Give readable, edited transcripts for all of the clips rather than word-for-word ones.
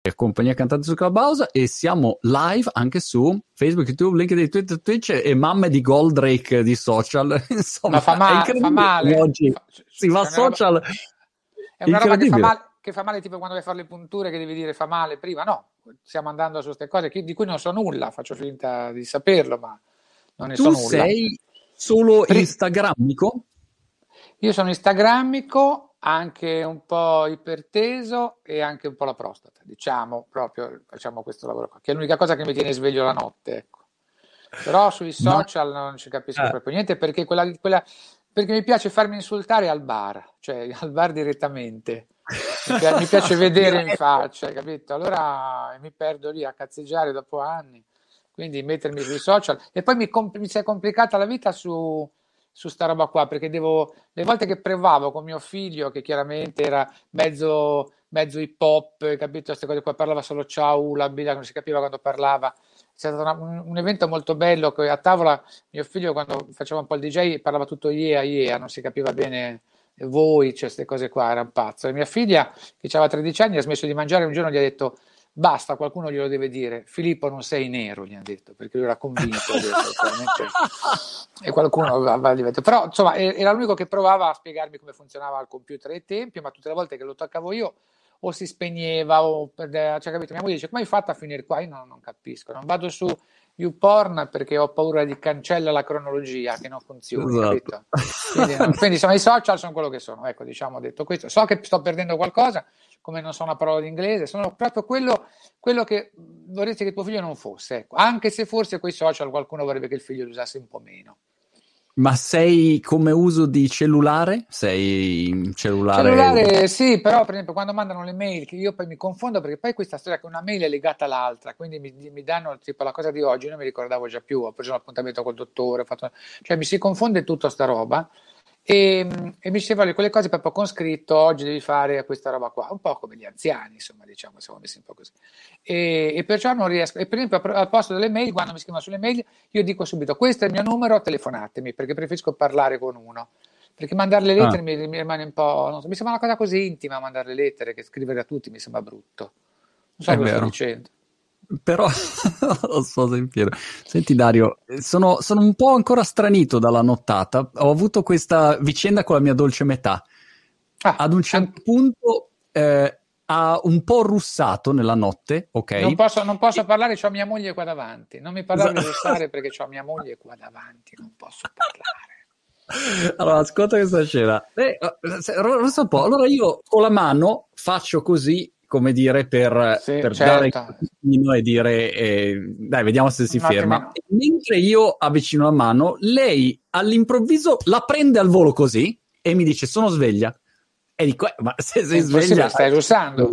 Compagnia Cantante su Clubhouse, e siamo live anche su Facebook, YouTube, LinkedIn, Twitter, Twitch e mamme di Goldrake di social. Insomma, Ma fa è incredibile male. oggi si va social. È una roba Incredibile. che fa male tipo quando vai a fare le punture, che devi dire fa male prima. No, stiamo andando su queste cose di cui non so nulla, faccio finta di saperlo, ma non ne so nulla. Tu sei solo instagrammico? Io sono instagrammico, anche un po' iperteso e anche un po' la prostata, diciamo, proprio facciamo questo lavoro qua, che è l'unica cosa che mi tiene sveglio la notte, ecco. Però sui social non ci capisco proprio niente, perché perché mi piace farmi insultare al bar, cioè al bar direttamente. Mi piace vedere in faccia, capito? Allora mi perdo lì a cazzeggiare dopo anni, quindi mettermi sui social. E poi mi si è complicata la vita su sta roba qua, perché le volte che provavo con mio figlio, che chiaramente era mezzo hip hop, capito? Queste cose qua, parlava solo ciao, la bida, non si capiva quando parlava. C'è stato un evento molto bello che a tavola mio figlio, quando faceva un po' il DJ, parlava tutto yeah, non si capiva bene voi, cioè queste cose qua, era un pazzo. E mia figlia, che aveva 13 anni, ha smesso di mangiare, un giorno gli ha detto basta, qualcuno glielo deve dire, Filippo non sei nero, gli ha detto, perché lui era convinto e qualcuno aveva detto, però insomma era l'unico che provava a spiegarmi come funzionava il computer ai tempi, ma tutte le volte che lo toccavo io o si spegneva cioè, capito? Mia moglie dice come hai fatto a finire qua? Io non capisco, non vado su YouPorn perché ho paura di cancella la cronologia, che non funzioni, esatto. Capito? Quindi insomma i social sono quello che sono, ecco, diciamo, detto questo, so che sto perdendo qualcosa, come non so una parola di inglese, sono proprio quello che vorresti che tuo figlio non fosse, ecco. Anche se forse con i social qualcuno vorrebbe che il figlio li usasse un po' meno. Ma sei come uso di cellulare? Sei Cellulare sì, però per esempio quando mandano le mail, che io poi mi confondo, perché poi questa storia che una mail è legata all'altra, quindi mi danno tipo la cosa di oggi, non mi ricordavo già più, ho preso un appuntamento col dottore, cioè mi si confonde tutta sta roba e mi diceva quelle cose proprio con scritto, oggi devi fare questa roba qua, un po' come gli anziani, insomma, diciamo, siamo messi un po' così. E perciò non riesco, e per esempio al posto delle mail, quando mi scrivono sulle mail, io dico subito, questo è il mio numero, telefonatemi, perché preferisco parlare con uno. Perché mandare le lettere mi rimane un po'. Non so, mi sembra una cosa così intima mandare le lettere che scrivere a tutti mi sembra brutto. Non so È cosa sto vero. dicendo. Però lo so sentire. Senti Dario, sono un po' ancora stranito dalla nottata. Ho avuto questa vicenda con la mia dolce metà. Ad un certo punto ha un po' russato nella notte, ok? Non posso parlare, c'ho mia moglie qua davanti. Non mi parlare di russare perché c'ho mia moglie qua davanti, non posso parlare. Allora, ascolta questa scena. Rossa un po'. Allora io con la mano faccio così, come dire, per dare il pochino e dire dai, vediamo se si ferma. E mentre io avvicino la mano, lei all'improvviso la prende al volo così e mi dice sono sveglia. E dico, ma se sei sveglia... stai russando.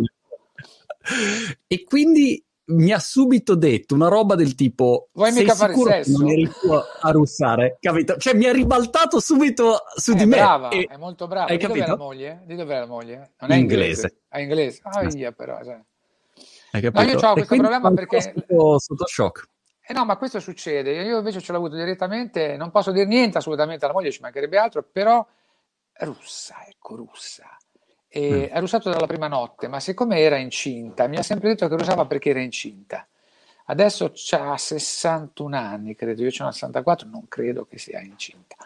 E quindi mi ha subito detto una roba del tipo vuoi sei mica fare sicuro sesso? che non eri tu a russare? Capito? Cioè mi ha ribaltato subito su di me. Brava, è molto brava. Hai Di dov'è la capito? moglie? Di dov'è la moglie? Non è Inglese. È inglese. Ahia, però. Cioè. Hai capito? No, io ho questo problema perché... Sotto shock. No, ma questo succede. Io invece ce l'ho avuto direttamente, non posso dire niente assolutamente alla moglie, ci mancherebbe altro, però russa, ecco, russa. E è russato dalla prima notte, ma siccome era incinta, mi ha sempre detto che russava perché era incinta. Adesso ha 61 anni, credo, io ce ne ho 64, non credo che sia incinta,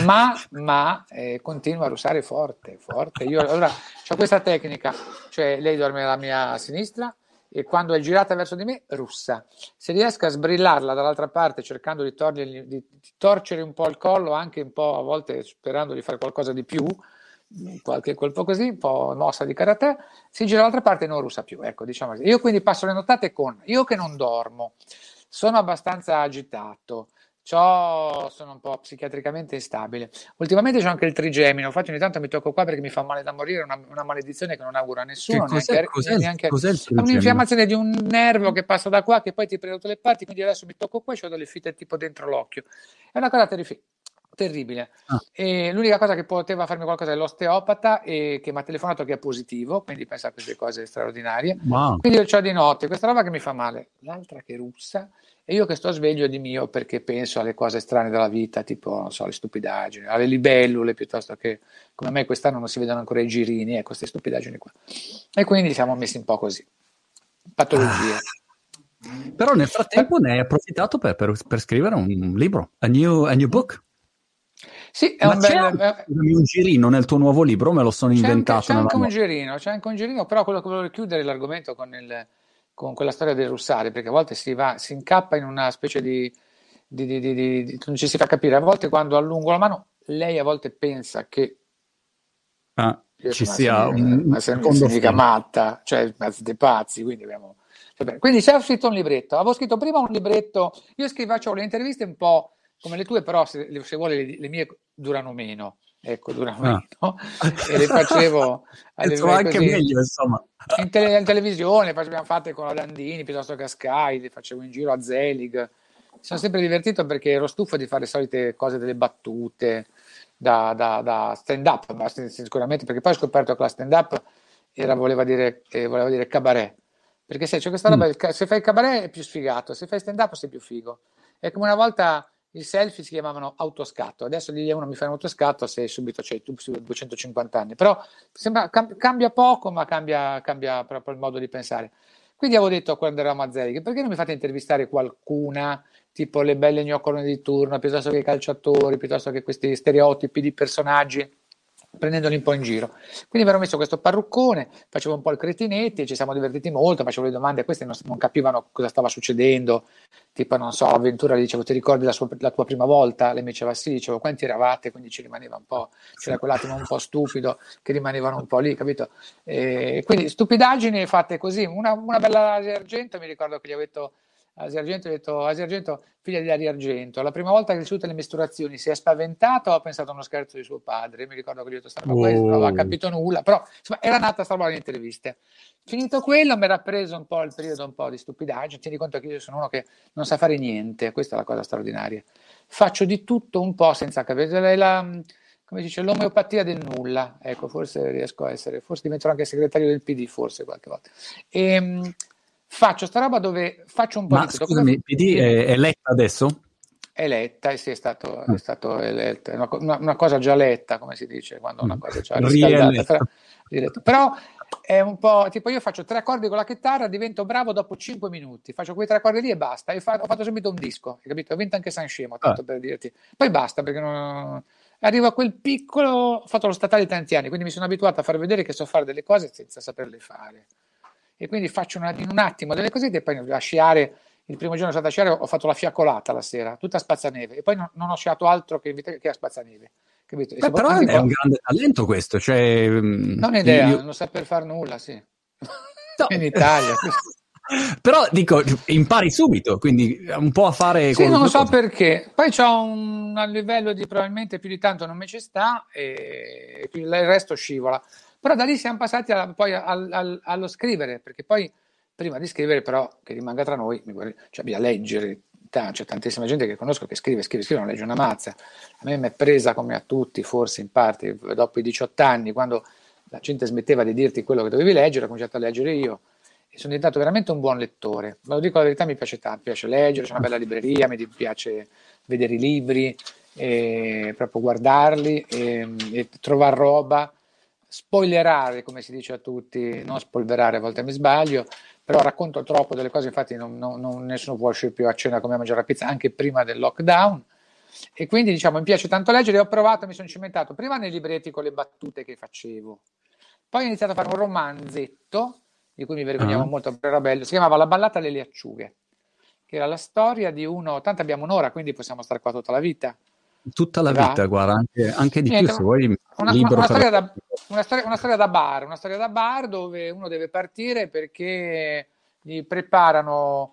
ma continua a russare forte, forte. Io allora ho questa tecnica, cioè lei dorme alla mia sinistra e quando è girata verso di me russa. Se riesco a sbrillarla dall'altra parte cercando di torcere un po' il collo, anche un po' a volte sperando di fare qualcosa di più, qualche colpo così, un po' mossa di karate, si gira dall'altra parte e non russa più, ecco, diciamo così. Io quindi passo le nottate io che non dormo, sono abbastanza agitato, sono un po' psichiatricamente instabile. Ultimamente c'ho anche il trigemino, infatti ogni tanto mi tocco qua perché mi fa male da morire, una maledizione che non auguro a nessuno, cos'è neanche il è un'infiammazione di un nervo che passa da qua che poi ti prende tutte le parti, quindi adesso mi tocco qua e ho delle fitte tipo dentro l'occhio. È una cosa terribile. E l'unica cosa che poteva farmi qualcosa è l'osteopata che mi ha telefonato che è positivo, quindi pensa a queste cose straordinarie. Quindi io c'ho di notte questa roba che mi fa male, l'altra che russa e io che sto sveglio di mio perché penso alle cose strane della vita, tipo non so, le stupidaggini, alle libellule piuttosto che come me quest'anno non si vedono ancora i girini, queste stupidaggini qua. E quindi siamo messi un po' così. patologie. Però nel frattempo ne hai approfittato per scrivere un libro, a new book. Sì, è un un girino nel tuo nuovo libro, me lo sono inventato. C'è anche un girino, però quello che volevo chiudere l'argomento con quella storia dei Russari, perché a volte si incappa in una specie di non ci si fa capire. A volte quando allungo la mano, lei a volte pensa che ci sia un significa matta, cioè mezzo dei pazzi, quindi c'è scritto un libretto. Avevo scritto prima un libretto, io facevo le interviste un po' come le tue, però se vuole le mie durano meno. Ecco, durano meno. E le facevo anche meglio, insomma. In televisione, poi abbiamo fatte con la Landini piuttosto che a Sky, le facevo in giro a Zelig. Mi sono sempre divertito perché ero stufo di fare le solite cose, delle battute da stand-up, sicuramente, perché poi ho scoperto che la stand-up voleva dire cabaret. Perché se c'è questa roba, se fai il cabaret è più sfigato, se fai stand-up sei più figo. È come una volta i selfie si chiamavano autoscatto, adesso gli uno mi fa un autoscatto se subito c'è tu su 250 anni, però sembra cambia poco, ma cambia proprio il modo di pensare. Quindi avevo detto quando eravamo a Zelig, perché non mi fate intervistare qualcuna, tipo le belle gnoccolone di turno, piuttosto che i calciatori, piuttosto che questi stereotipi di personaggi, prendendoli un po' in giro. Quindi mi ero messo questo parruccone, facevo un po' il cretinetti, ci siamo divertiti molto, facevo le domande, queste non capivano cosa stava succedendo, tipo non so, Ventura le dicevo ti ricordi la tua prima volta? Lei mi diceva sì, dicevo quanti eravate? Quindi ci rimaneva un po', c'era quell'attimo un po' stupido che rimanevano un po' lì, capito? Quindi stupidaggini fatte così, una bella Asia Argento, mi ricordo che gli ho detto Asia Argento, figlia di Dario Argento, la prima volta che ha ricevuto le misturazioni si è spaventato o ha pensato a uno scherzo di suo padre? Mi ricordo che gli ho detto sta roba qua, non aveva capito nulla, però insomma era nata sta roba alle interviste. Finito quello mi era preso un po' il periodo un po' di stupidaggine, tieni conto che io sono uno che non sa fare niente, questa è la cosa straordinaria. Faccio di tutto un po' senza capire, come si dice, l'omeopatia del nulla, ecco, forse riesco a essere, forse diventerò anche segretario del PD, forse qualche volta. Faccio sta roba dove faccio un po' di tutto. Scusami, il PD è eletta adesso? Eletta, sì, è stato eletta, una cosa già letta, come si dice, quando una cosa è già riscaldata. Però è un po', tipo io faccio 3 accordi con la chitarra, divento bravo dopo 5 minuti, faccio quei 3 accordi lì e basta, ho fatto subito un disco, hai capito? Ho vinto anche Sanremo, tanto per dirti. Poi basta, perché arrivo a quel piccolo, ho fatto lo statale tanti anni, quindi mi sono abituato a far vedere che so fare delle cose senza saperle fare. E quindi faccio in un attimo delle cosette e poi a sciare. Il primo giorno sono stato a sciare, ho fatto la fiaccolata la sera, tutta a spazzaneve, e poi non ho sciato altro che a spazzaneve. Capito? Però è un grande talento questo, cioè... Non ho idea, non saper fare nulla, sì. No. In Italia. Però dico, impari subito, quindi un po' a fare... Sì, non lo so perché. Poi c'ho un livello di probabilmente più di tanto non mi ci sta e il resto scivola. Però da lì siamo passati poi allo scrivere, perché poi prima di scrivere però, che rimanga tra noi, cioè bisogna leggere, c'è tantissima gente che conosco che scrive, non legge una mazza. A me mi è presa come a tutti, forse in parte, dopo i 18 anni, quando la gente smetteva di dirti quello che dovevi leggere, ho cominciato a leggere io e sono diventato veramente un buon lettore. Ma lo dico la verità, mi piace tanto, mi piace leggere, c'è una bella libreria, mi piace vedere i libri, proprio guardarli e trovare roba, spoilerare, come si dice a tutti, non spolverare, a volte mi sbaglio, però racconto troppo delle cose, infatti nessuno può uscire più a cena come a mangiare la pizza, anche prima del lockdown. E quindi diciamo mi piace tanto leggere, ho provato, mi sono cimentato prima nei libretti con le battute che facevo, poi ho iniziato a fare un romanzetto di cui mi vergognavo molto, era bello, si chiamava La ballata delle acciughe, che era la storia di uno, tanto abbiamo un'ora quindi possiamo stare qua tutta la vita. Tutta la vita, guarda, anche di più se vuoi. Una storia da bar dove uno deve partire perché gli preparano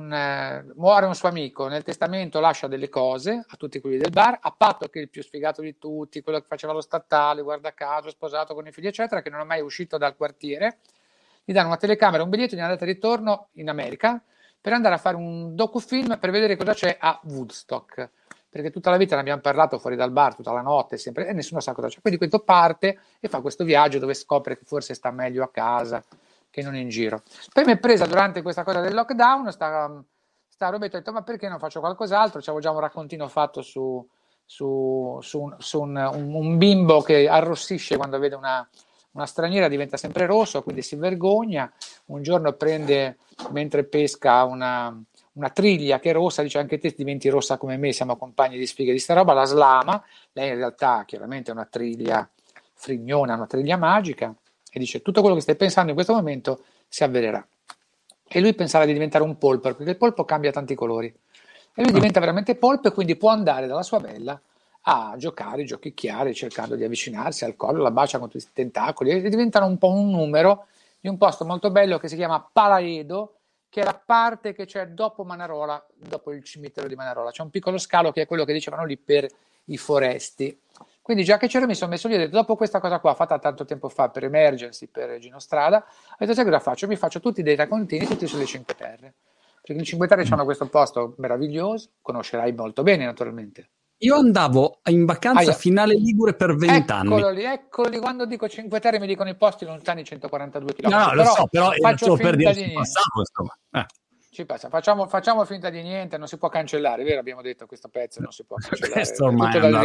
muore un suo amico, nel testamento lascia delle cose a tutti quelli del bar, a patto che il più sfigato di tutti, quello che faceva lo statale, guarda caso, sposato con i figli eccetera, che non è mai uscito dal quartiere, gli danno una telecamera, un biglietto di andata e ritorno in America per andare a fare un docufilm per vedere cosa c'è a Woodstock, perché tutta la vita ne abbiamo parlato fuori dal bar, tutta la notte, sempre, e nessuno sa cosa c'è. Quindi questo parte e fa questo viaggio dove scopre che forse sta meglio a casa che non in giro. Poi mi è presa durante questa cosa del lockdown, sta robetta, ho detto ma perché non faccio qualcos'altro? C'avevo già un raccontino fatto su un bimbo che arrossisce quando vede una una straniera diventa sempre rosso, quindi si vergogna. Un giorno prende, mentre pesca, una triglia che è rossa, dice anche te diventi rossa come me, siamo compagni di sfighe di sta roba, la slama, lei in realtà chiaramente è una triglia frignona, una triglia magica, e dice tutto quello che stai pensando in questo momento si avvererà. E lui pensava di diventare un polpo, perché il polpo cambia tanti colori. E lui diventa veramente polpo e quindi può andare dalla sua bella a giocare, giochicchiare, cercando di avvicinarsi al collo, la bacia con tutti i tentacoli e diventano un po' un numero di un posto molto bello che si chiama Palaedo, che è la parte che c'è dopo Manarola, dopo il cimitero di Manarola. C'è un piccolo scalo che è quello che dicevano lì per i foresti. Quindi già che c'ero mi sono messo lì e ho detto, dopo questa cosa qua, fatta tanto tempo fa per Emergency, per Gino Strada, ho detto, sai cosa faccio? Mi faccio tutti dei raccontini, tutti sulle Cinque Terre. Perché le Cinque Terre hanno questo posto meraviglioso, conoscerai molto bene naturalmente. Io andavo in vacanza finale Ligure per 20 anni. Eccolo lì, quando dico Cinque Terre mi dicono i posti lontani 142 km. No, lo so, però faccio per dire di niente. Insomma. Ci passa, facciamo finta di niente, non si può cancellare, vero? Abbiamo detto questo pezzo non si può cancellare. Questo ormai è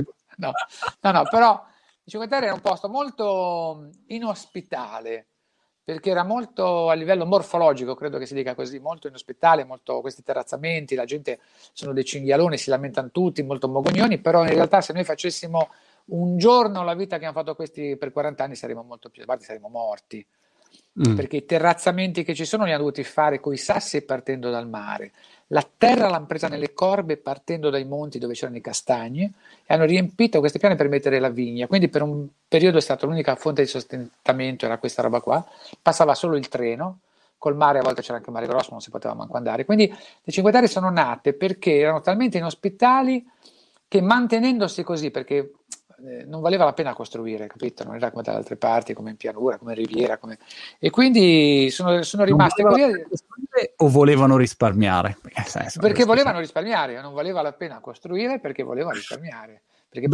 no, però Cinque Terre è un posto molto inospitale, perché era molto a livello morfologico, credo che si dica così, molto inospitale, molto questi terrazzamenti, la gente sono dei cinghialoni, si lamentano tutti, molto mogognoni, però in realtà se noi facessimo un giorno la vita che hanno fatto questi per 40 anni saremmo molto più, a parte saremmo morti. Perché i terrazzamenti che ci sono li hanno dovuti fare coi sassi partendo dal mare, la terra l'hanno presa nelle corbe partendo dai monti dove c'erano i castagni e hanno riempito queste piane per mettere la vigna, quindi per un periodo è stata l'unica fonte di sostentamento, era questa roba qua, passava solo il treno, col mare a volte c'era anche il mare grosso, non si poteva manco andare, quindi le Cinque Terre sono nate perché erano talmente inospitali che mantenendosi così, perché non valeva la pena costruire, capito? Non era come dalle altre parti, come in pianura, come in riviera, e quindi sono rimaste così. O volevano risparmiare? Perché volevano risparmiare, non valeva la pena costruire perché volevano risparmiare. Perché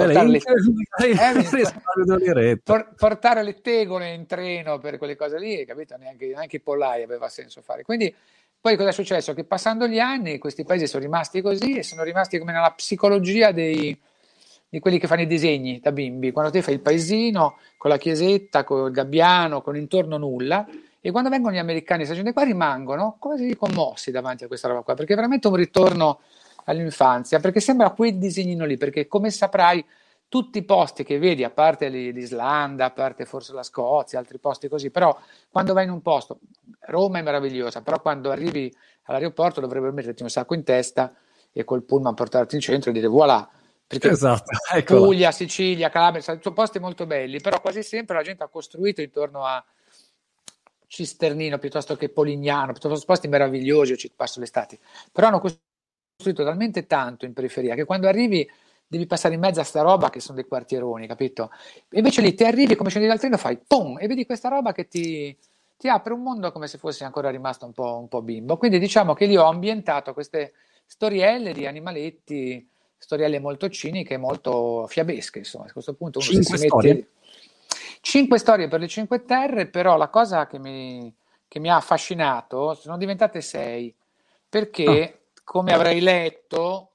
portare le tegole in treno per quelle cose lì, capito? Neanche i pollai aveva senso fare. Quindi poi cosa è successo? Che passando gli anni questi paesi sono rimasti così e sono rimasti come nella psicologia di quelli che fanno i disegni da bimbi, quando te fai il paesino con la chiesetta, con il gabbiano, con intorno nulla, e quando vengono gli americani, questa gente qua rimangono quasi commossi davanti a questa roba qua, perché è veramente un ritorno all'infanzia, perché sembra quel disegnino lì, perché come saprai tutti i posti che vedi, a parte l'Islanda, a parte forse la Scozia, altri posti così, però quando vai in un posto, Roma è meravigliosa, però quando arrivi all'aeroporto dovrebbero metterti un sacco in testa e col pullman portarti in centro e dire voilà. Perché Puglia, Sicilia, Calabria, sono posti molto belli, però quasi sempre la gente ha costruito intorno a Cisternino piuttosto che Polignano, piuttosto posti meravigliosi, io ci passo l'estate, però hanno costruito talmente tanto in periferia che quando arrivi devi passare in mezzo a sta roba che sono dei quartieroni, capito? E invece lì ti arrivi, come scendi dal treno, fai pum, e vedi questa roba che ti apre un mondo come se fossi ancora rimasto un po' bimbo. Quindi diciamo che lì ho ambientato queste storielle di animaletti, storielle molto ciniche, molto fiabesche, insomma, a questo punto uno si mette 5 storie per le Cinque Terre, però la cosa che mi ha affascinato sono diventate 6, perché come avrai letto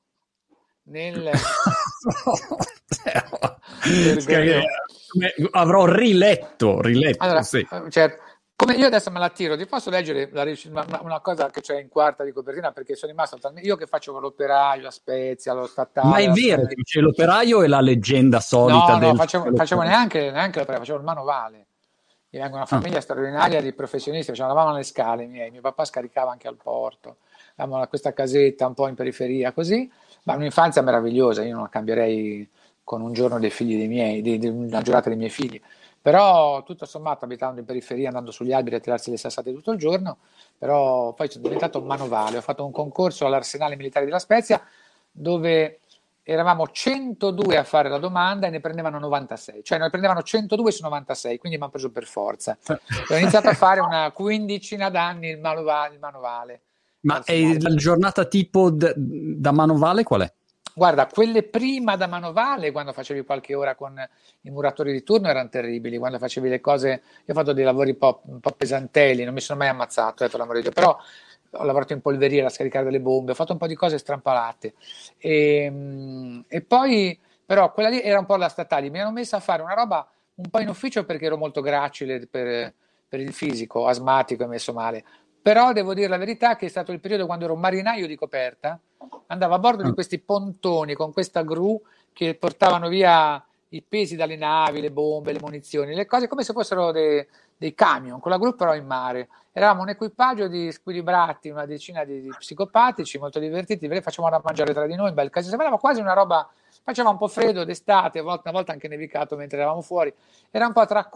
avrò riletto allora, sì. Certo. Come io adesso me la tiro, ti posso leggere una cosa che c'è in quarta di copertina, perché sono rimasto io che faccio l'operaio a Spezia, lo statale. Ma è vero che c'è l'operaio e la leggenda solita facevo neanche l'operaio, facevo il manovale. Io vengo da una famiglia straordinaria di professionisti, andavamo alle scale mio papà scaricava anche al porto, avevamo questa casetta un po' in periferia così, ma un'infanzia meravigliosa, io non la cambierei con un giorno dei figli dei miei, di una giornata dei miei figli. Però tutto sommato abitando in periferia, andando sugli alberi a tirarsi le sassate tutto il giorno, però poi sono diventato un manovale, ho fatto un concorso all'Arsenale Militare della Spezia dove eravamo 102 a fare la domanda e ne prendevano 96, cioè ne prendevano 102 su 96, quindi mi hanno preso per forza. Ho iniziato a fare una quindicina d'anni il manovale. Ma è la giornata tipo da manovale qual è? Guarda, quelle prima da manovale, quando facevi qualche ora con i muratori di turno, erano terribili. Quando facevi le cose, io ho fatto dei lavori un po' pesantelli, non mi sono mai ammazzato, per l'amore di Dio, però ho lavorato in polveriera a scaricare delle bombe, ho fatto un po' di cose strampalate. E poi, però, quella lì era un po' la statali, mi hanno messo a fare una roba un po' in ufficio perché ero molto gracile per il fisico, asmatico e messo male. Però devo dire la verità che è stato il periodo quando ero un marinaio di coperta, andavo a bordo di questi pontoni con questa gru che portavano via i pesi dalle navi, le bombe, le munizioni, le cose come se fossero dei camion, con la gru però in mare. Eravamo un equipaggio di squilibrati, una decina di psicopatici, molto divertiti, ve le facevamo da mangiare tra di noi, un bel casino, sembrava quasi una roba, faceva un po' freddo d'estate, una volta anche nevicato mentre eravamo fuori, era un po' tra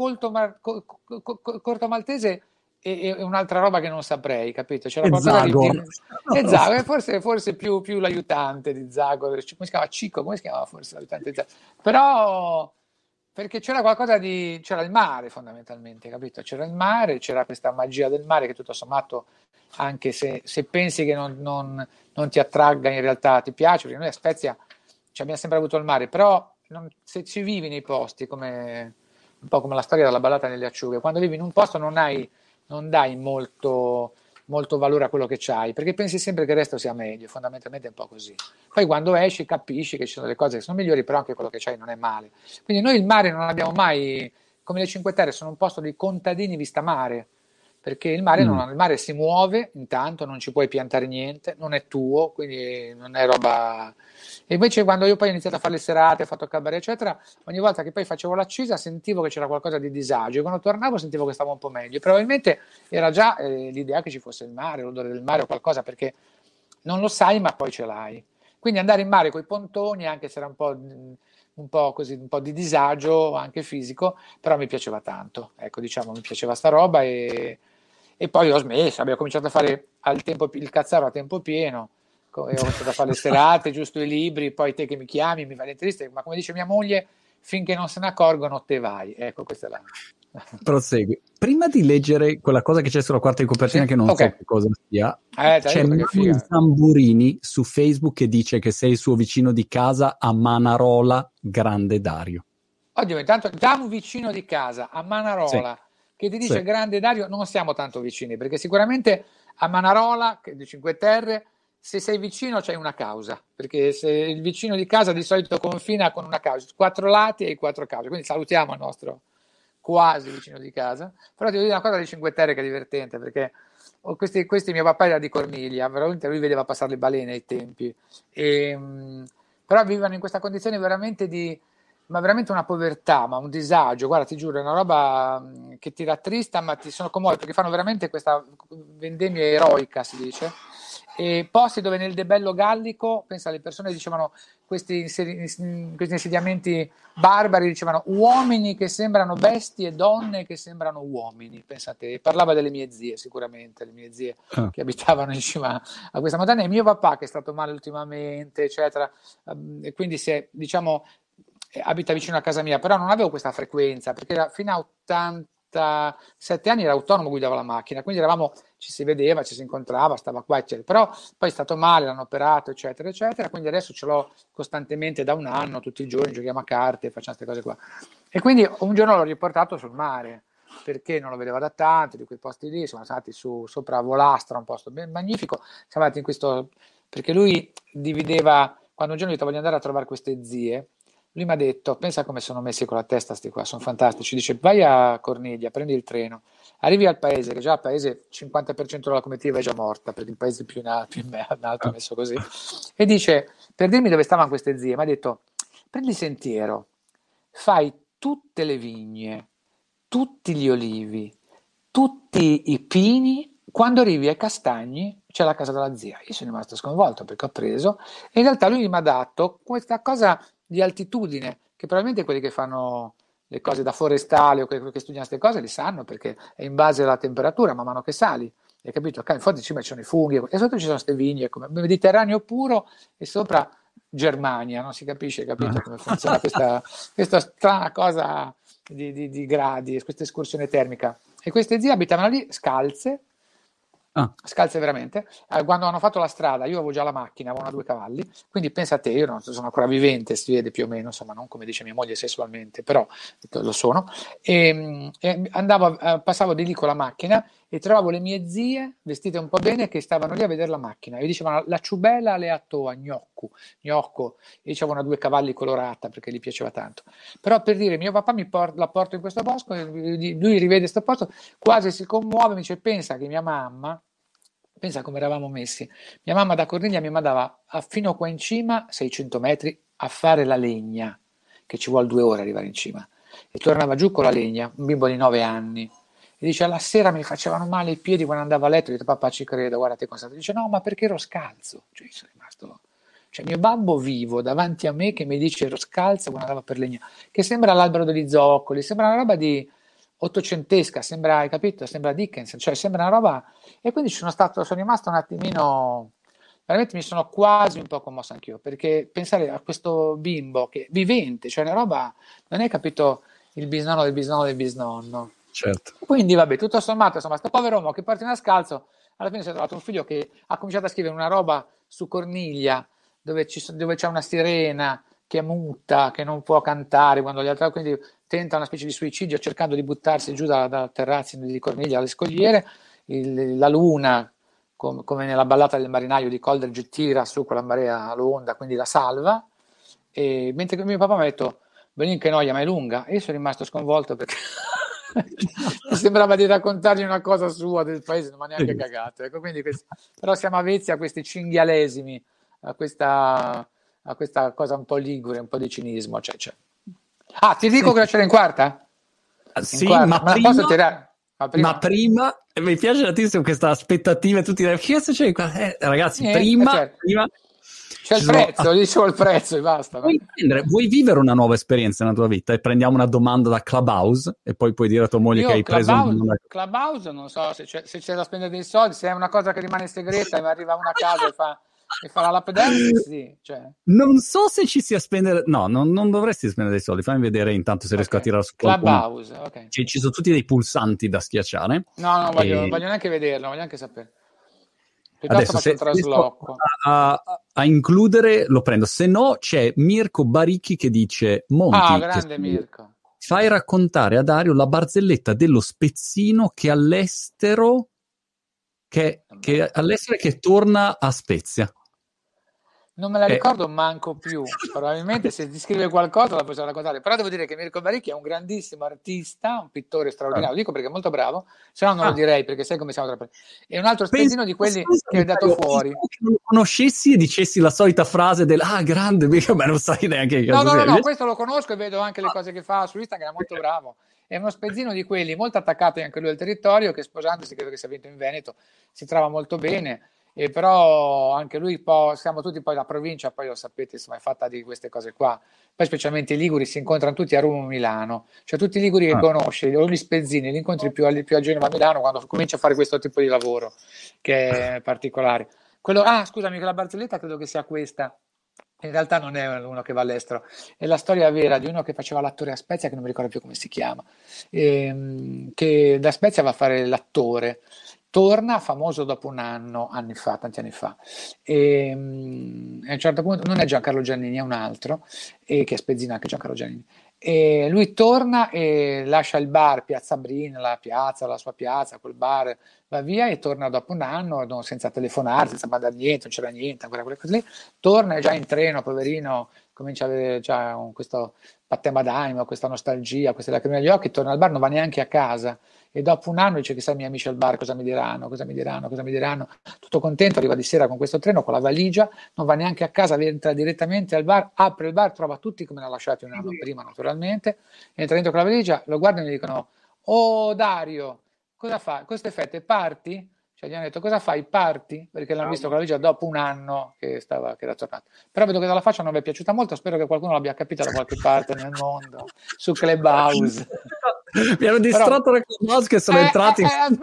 corto maltese e un'altra roba che non saprei, capito? C'era qualcosa di Zago, forse più l'aiutante di Zago, come si chiama Cico, come si chiamava forse l'aiutante di Zago? Però perché c'era qualcosa c'era il mare fondamentalmente, capito? C'era il mare, c'era questa magia del mare che tutto sommato, anche se pensi che non ti attragga, in realtà ti piace, perché noi a Spezia ci abbiamo sempre avuto il mare, però se ci vivi nei posti, un po' come la storia della ballata nelle acciughe, quando vivi in un posto non dai molto valore a quello che c'hai, perché pensi sempre che il resto sia meglio, fondamentalmente è un po' così. Poi quando esci capisci che ci sono delle cose che sono migliori, però anche quello che c'hai non è male. Quindi noi il mare non abbiamo mai, come le Cinque Terre, sono un posto di contadini vista mare, perché il mare si muove, intanto non ci puoi piantare niente, non è tuo, quindi non è roba. E invece quando io poi ho iniziato a fare le serate, ho fatto cabaret eccetera, ogni volta che poi facevo l'accisa sentivo che c'era qualcosa di disagio e quando tornavo sentivo che stavo un po' meglio. Probabilmente era già l'idea che ci fosse il mare, l'odore del mare o qualcosa, perché non lo sai ma poi ce l'hai. Quindi andare in mare con i pontoni, anche se era un po' così, un po' di disagio anche fisico, però mi piaceva tanto, ecco, diciamo, mi piaceva sta roba e poi ho smesso, abbiamo cominciato a fare il cazzaro a tempo pieno, ho cominciato a fare le serate, giusto i libri, poi te che mi chiami, mi fai le interviste, ma come dice mia moglie, finché non se ne accorgono te vai, ecco, questa è la. Prosegui. Prima di leggere quella cosa che c'è sulla quarta di copertina, Sì? che non so che cosa sia, c'è Manuel Zamburini su Facebook che dice che sei il suo vicino di casa a Manarola, Grande Dario. Oddio, intanto da un vicino di casa a Manarola che ti dice Grande Dario, non siamo tanto vicini, perché sicuramente a Manarola, che è di Cinque Terre, se sei vicino c'hai una causa, perché se il vicino di casa di solito confina con una causa, 4 lati e 4 cause, quindi salutiamo il nostro quasi vicino di casa. Però devo dire una cosa di Cinque Terre che è divertente, perché questi mio papà era di Corniglia, veramente lui vedeva passare le balene ai tempi, però vivevano in questa condizione veramente ma veramente una povertà, ma un disagio, guarda ti giuro, è una roba che ti rattrista, ma ti sono commosso perché fanno veramente questa vendemmia eroica, si dice, e posti dove nel debello gallico, pensa, le persone dicevano questi insediamenti barbari, dicevano uomini che sembrano bestie e donne che sembrano uomini, pensate, parlava delle mie zie sicuramente, le mie zie che abitavano in cima a questa montagna, e mio papà che è stato male ultimamente, eccetera, e quindi diciamo abita vicino a casa mia, però non avevo questa frequenza perché fino a 87 anni era autonomo, guidava la macchina, quindi ci si vedeva, ci si incontrava, stava qua, eccetera. Però poi è stato male, l'hanno operato, eccetera, eccetera, quindi adesso ce l'ho costantemente da un anno, tutti i giorni, giochiamo a carte, facciamo queste cose qua. E quindi un giorno l'ho riportato sul mare, perché non lo vedeva da tanto, di quei posti lì, siamo stati sopra Volastra, un posto ben magnifico, siamo andati in questo, perché lui divideva, quando un giorno gli voglio andare a trovare queste zie, lui mi ha detto, pensa come sono messi con la testa sti qua, sono fantastici, dice vai a Corniglia, prendi il treno, arrivi al paese, che già al paese il 50% della comitiva è già morta, perché il paese più in alto è messo così, e dice, per dirmi dove stavano queste zie, mi ha detto, prendi il sentiero, fai tutte le vigne, tutti gli olivi, tutti i pini, quando arrivi ai castagni c'è la casa della zia. Io sono rimasto sconvolto perché ho preso e in realtà lui mi ha dato questa cosa di altitudine, che probabilmente quelli che fanno le cose da forestale o quelli che studiano queste cose li sanno perché è in base alla temperatura, man mano che sali. Hai capito? In fondo ci sono i funghi e sotto ci sono queste vigne come Mediterraneo puro e sopra Germania, non si capisce, capito come funziona questa strana cosa di gradi, questa escursione termica. E queste zie abitavano lì scalze veramente. Quando hanno fatto la strada, io avevo già la macchina, avevo 2 cavalli, quindi pensa a te, io non sono ancora vivente, si vede più o meno, insomma, non come dice mia moglie sessualmente, però lo sono. E passavo di lì con la macchina e trovavo le mie zie vestite un po' bene che stavano lì a vedere la macchina e dicevano la ciubella le attoa, gnocco, e dicevano 2 cavalli colorata perché gli piaceva tanto. Però per dire, mio papà la porto in questo bosco, lui rivede questo posto, quasi si commuove, mi dice pensa che mia mamma, pensa come eravamo messi, mia mamma da Corniglia mi mandava fino qua in cima, 600 metri, a fare la legna, che ci vuole 2 ore arrivare in cima, e tornava giù con la legna, un bimbo di 9 anni, e dice alla sera mi facevano male i piedi quando andavo a letto, ho detto papà ci credo, guarda te cosa, dice no ma perché ero scalzo, cioè sono rimasto, cioè mio babbo vivo davanti a me che mi dice ero scalzo quando andavo per legna, che sembra l'albero degli zoccoli, sembra una roba di ottocentesca, sembra, hai capito, sembra Dickens, cioè sembra una roba, e quindi sono rimasto un attimino, veramente mi sono quasi un po' commosso anch'io, perché pensare a questo bimbo che vivente, cioè una roba, non hai capito il bisnonno del bisnonno del bisnonno. Certo. Quindi vabbè, tutto sommato, insomma, sto povero uomo che parte in scalzo, alla fine si è trovato un figlio che ha cominciato a scrivere una roba su Corniglia, dove c'è una sirena che è muta, che non può cantare, quando gli altri, quindi tenta una specie di suicidio cercando di buttarsi giù da terrazzi di Corniglia alle scogliere, la luna, come nella ballata del marinaio di Coleridge, tira su con la marea l'onda, quindi la salva, e mentre mio papà mi ha detto, Benin che noia, ma è lunga, e io sono rimasto sconvolto perché mi sembrava di raccontargli una cosa sua del paese, non mi ha neanche cagato, ecco, quindi però siamo avvezzi a questi cinghialesimi, a questa cosa un po' ligure, un po' di cinismo, cioè. Ah, ti dico che c'era in quarta? Sì, ma la posso tirare? Ma prima mi piace tantissimo questa aspettativa, tutti che cazzo c'è qua? Ragazzi, Certo. prima c'è il prezzo, gli dicevo il prezzo e basta. Vuoi vivere una nuova esperienza nella tua vita? E prendiamo una domanda da Clubhouse e poi puoi dire a tua moglie che hai preso Clubhouse non so se c'è da spendere dei soldi, se è una cosa che rimane segreta e arriva una a casa e fa la lap dance, sì. Cioè. Non so se ci sia spendere, no, non dovresti spendere dei soldi, fammi vedere intanto se riesco a tirare su qualcuno. Clubhouse, ok. Ci sono tutti dei pulsanti da schiacciare. No, non voglio neanche vederlo, voglio neanche sapere. Adesso faccio il trasloco. A includere lo prendo, se no c'è Mirko Baricchi che dice Monti, grande Mirko. Fai raccontare a Dario la barzelletta dello spezzino che all'estero che torna a Spezia. Non me la ricordo manco più, probabilmente se ti scrive qualcosa la possiamo raccontare, però devo dire che Mirko Baricchi è un grandissimo artista, un pittore straordinario, dico perché è molto bravo, se no non lo direi perché sai come siamo è un altro spezzino di quelli che è dato fuori. Che non lo conoscessi e dicessi la solita frase del grande, ma non sai neanche che cosa no, questo lo conosco e vedo anche le cose che fa su Instagram, è molto bravo. È uno spezzino di quelli molto attaccato anche lui al territorio, che sposandosi, credo che sia vinto in Veneto, si trova molto bene. E però anche lui, siamo tutti poi la provincia, poi lo sapete, insomma, è fatta di queste cose qua. Poi specialmente i liguri si incontrano tutti a Roma o Milano, cioè tutti i liguri che conosci, o gli spezzini, li incontri più a Genova a Milano quando cominci a fare questo tipo di lavoro, che è particolare. Scusami, che la barzelletta credo che sia questa. In realtà non è uno che va all'estero, è la storia vera di uno che faceva l'attore a Spezia, che non mi ricordo più come si chiama, che da Spezia va a fare l'attore. Torna famoso dopo un anno, tanti anni fa, e a un certo punto non è Giancarlo Giannini, è un altro, che è spezzina anche Giancarlo Giannini. E lui torna e lascia il bar Piazza Brin, la sua piazza, quel bar, va via e torna dopo un anno senza telefonare, senza mandare niente, non c'era niente, ancora quelle cose lì. Torna e già in treno, poverino, comincia a avere già questo patema d'animo, questa nostalgia, queste lacrime agli occhi, torna al bar, non va neanche a casa. E dopo un anno dice chissà i miei amici al bar cosa mi diranno, tutto contento, arriva di sera con questo treno, con la valigia, non va neanche a casa, entra direttamente al bar, apre il bar, trova tutti come l'ha lasciati un anno prima naturalmente, entra dentro con la valigia, lo guardano e gli dicono oh Dario, cosa fa? Queste fette parti? Cioè gli hanno detto cosa fai? Parti? Perché l'hanno visto con la valigia dopo un anno che era tornato. Però vedo che dalla faccia non vi è piaciuta molto, spero che qualcuno l'abbia capita da qualche parte nel mondo, su Clubhouse. Mi hanno distratto da Clubhouse che sono entrati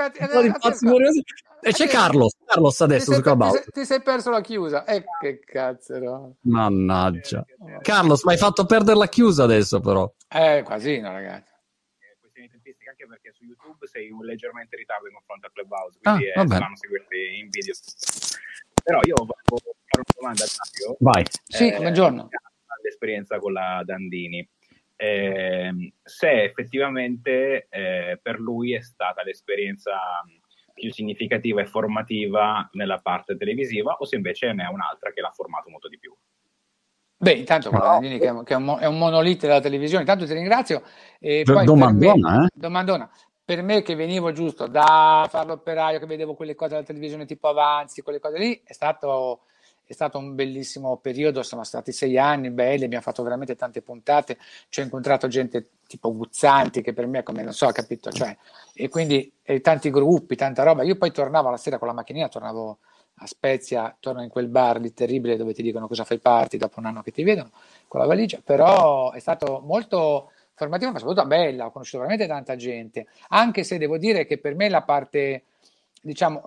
e c'è Carlos adesso su Clubhouse. Ti sei perso la chiusa, che cazzo no. Mannaggia. Carlos, mi hai fatto perdere la chiusa adesso però. Quasi no ragazzi. Questioni tempistiche anche perché su YouTube sei leggermente in ritardo in confronto a Clubhouse, quindi sanno seguirti in video. Però io volevo fare una domanda a Dario. Vai. Sì, buongiorno. L'esperienza con la Dandini. Se effettivamente per lui è stata l'esperienza più significativa e formativa nella parte televisiva, o se invece ne è un'altra che l'ha formato molto di più. Beh, intanto che è un monolite della televisione, intanto ti ringrazio. E poi domandona, per me che venivo giusto da fare l'operaio, che vedevo quelle cose della televisione tipo Avanzi, quelle cose lì, è stato un bellissimo periodo, sono stati 6 anni belli, abbiamo fatto veramente tante puntate, ci ho incontrato gente tipo Guzzanti, che per me, come non so, capito, cioè, e quindi tanti gruppi, tanta roba. Io poi tornavo la sera con la macchinina, tornavo a Spezia, torno in quel bar lì terribile dove ti dicono cosa fai party dopo un anno che ti vedono con la valigia, però è stato molto formativo, ma soprattutto bella, ho conosciuto veramente tanta gente, anche se devo dire che per me la parte, diciamo,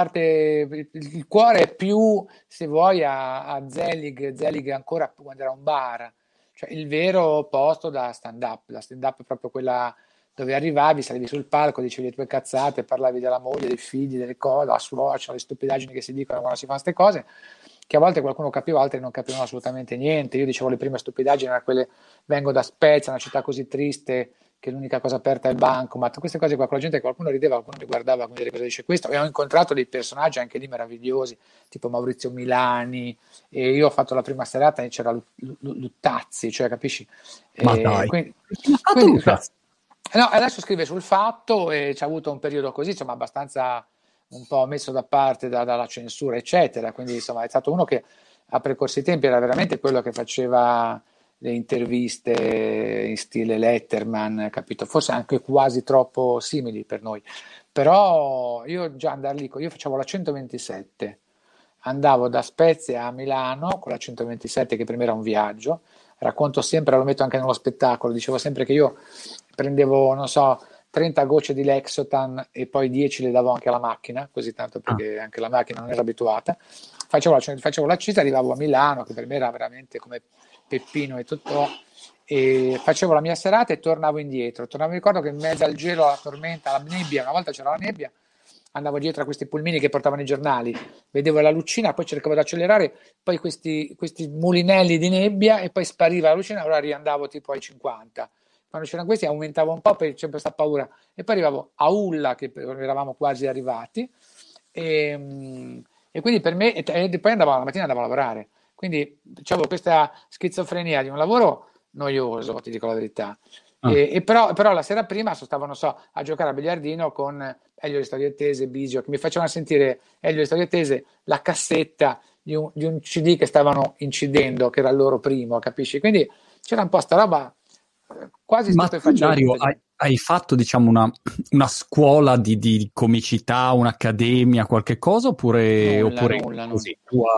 il cuore è più, se vuoi, a Zelig ancora quando era un bar, cioè il vero posto da stand-up, la stand-up è proprio quella dove arrivavi, salivi sul palco, dicevi le tue cazzate, parlavi della moglie, dei figli, delle cose, la suocera, le stupidaggini che si dicono quando si fanno queste cose, che a volte qualcuno capiva, altri non capivano assolutamente niente. Io dicevo le prime stupidaggini erano quelle, vengo da Spezia, una città così triste che l'unica cosa aperta è il banco, ma queste cose qua con la gente, qualcuno rideva, qualcuno mi guardava come dire cosa dice questo, e ho incontrato dei personaggi anche lì meravigliosi, tipo Maurizio Milani, e io ho fatto la prima serata e c'era Luttazzi, cioè capisci? Ma dai, quindi no, adesso scrive sul Fatto e c'ha avuto un periodo così, insomma, abbastanza un po' messo da parte dalla censura, eccetera. Quindi, insomma, è stato uno che a precorsi tempi era veramente quello che faceva le interviste in stile Letterman, capito? Forse anche quasi troppo simili per noi. Però io già andare lì, io facevo la 127, andavo da Spezia a Milano con la 127, che per me era un viaggio. Racconto sempre, lo metto anche nello spettacolo, dicevo sempre che io prendevo, non so, 30 gocce di Lexotan e poi 10 le davo anche alla macchina, così tanto perché anche la macchina non era abituata. Facevo la cisa, arrivavo a Milano, che per me era veramente come Peppino e Totò, e facevo la mia serata e tornavo indietro. Mi ricordo che in mezzo al gelo, alla tormenta, alla nebbia, una volta c'era la nebbia, andavo dietro a questi pulmini che portavano i giornali, vedevo la lucina, poi cercavo di accelerare, poi questi mulinelli di nebbia e poi spariva la lucina, allora riandavo tipo ai 50. Quando c'erano questi aumentava un po', poi c'è questa paura, e poi arrivavo a Ulla, che eravamo quasi arrivati, e quindi per me, e poi la mattina andavo a lavorare, quindi avevo questa schizofrenia di un lavoro noioso, ti dico la verità. E però la sera prima stavo, non so, a giocare a biliardino con Elio Le Storie Tese, Bisio, che mi facevano sentire Elio Le Storie Tese la cassetta di un CD che stavano incidendo, che era il loro primo, capisci? Quindi c'era un po' sta roba quasi stupefacente. Mario, hai fatto, diciamo, una scuola di comicità, un'accademia, qualche cosa, oppure nulla. Così,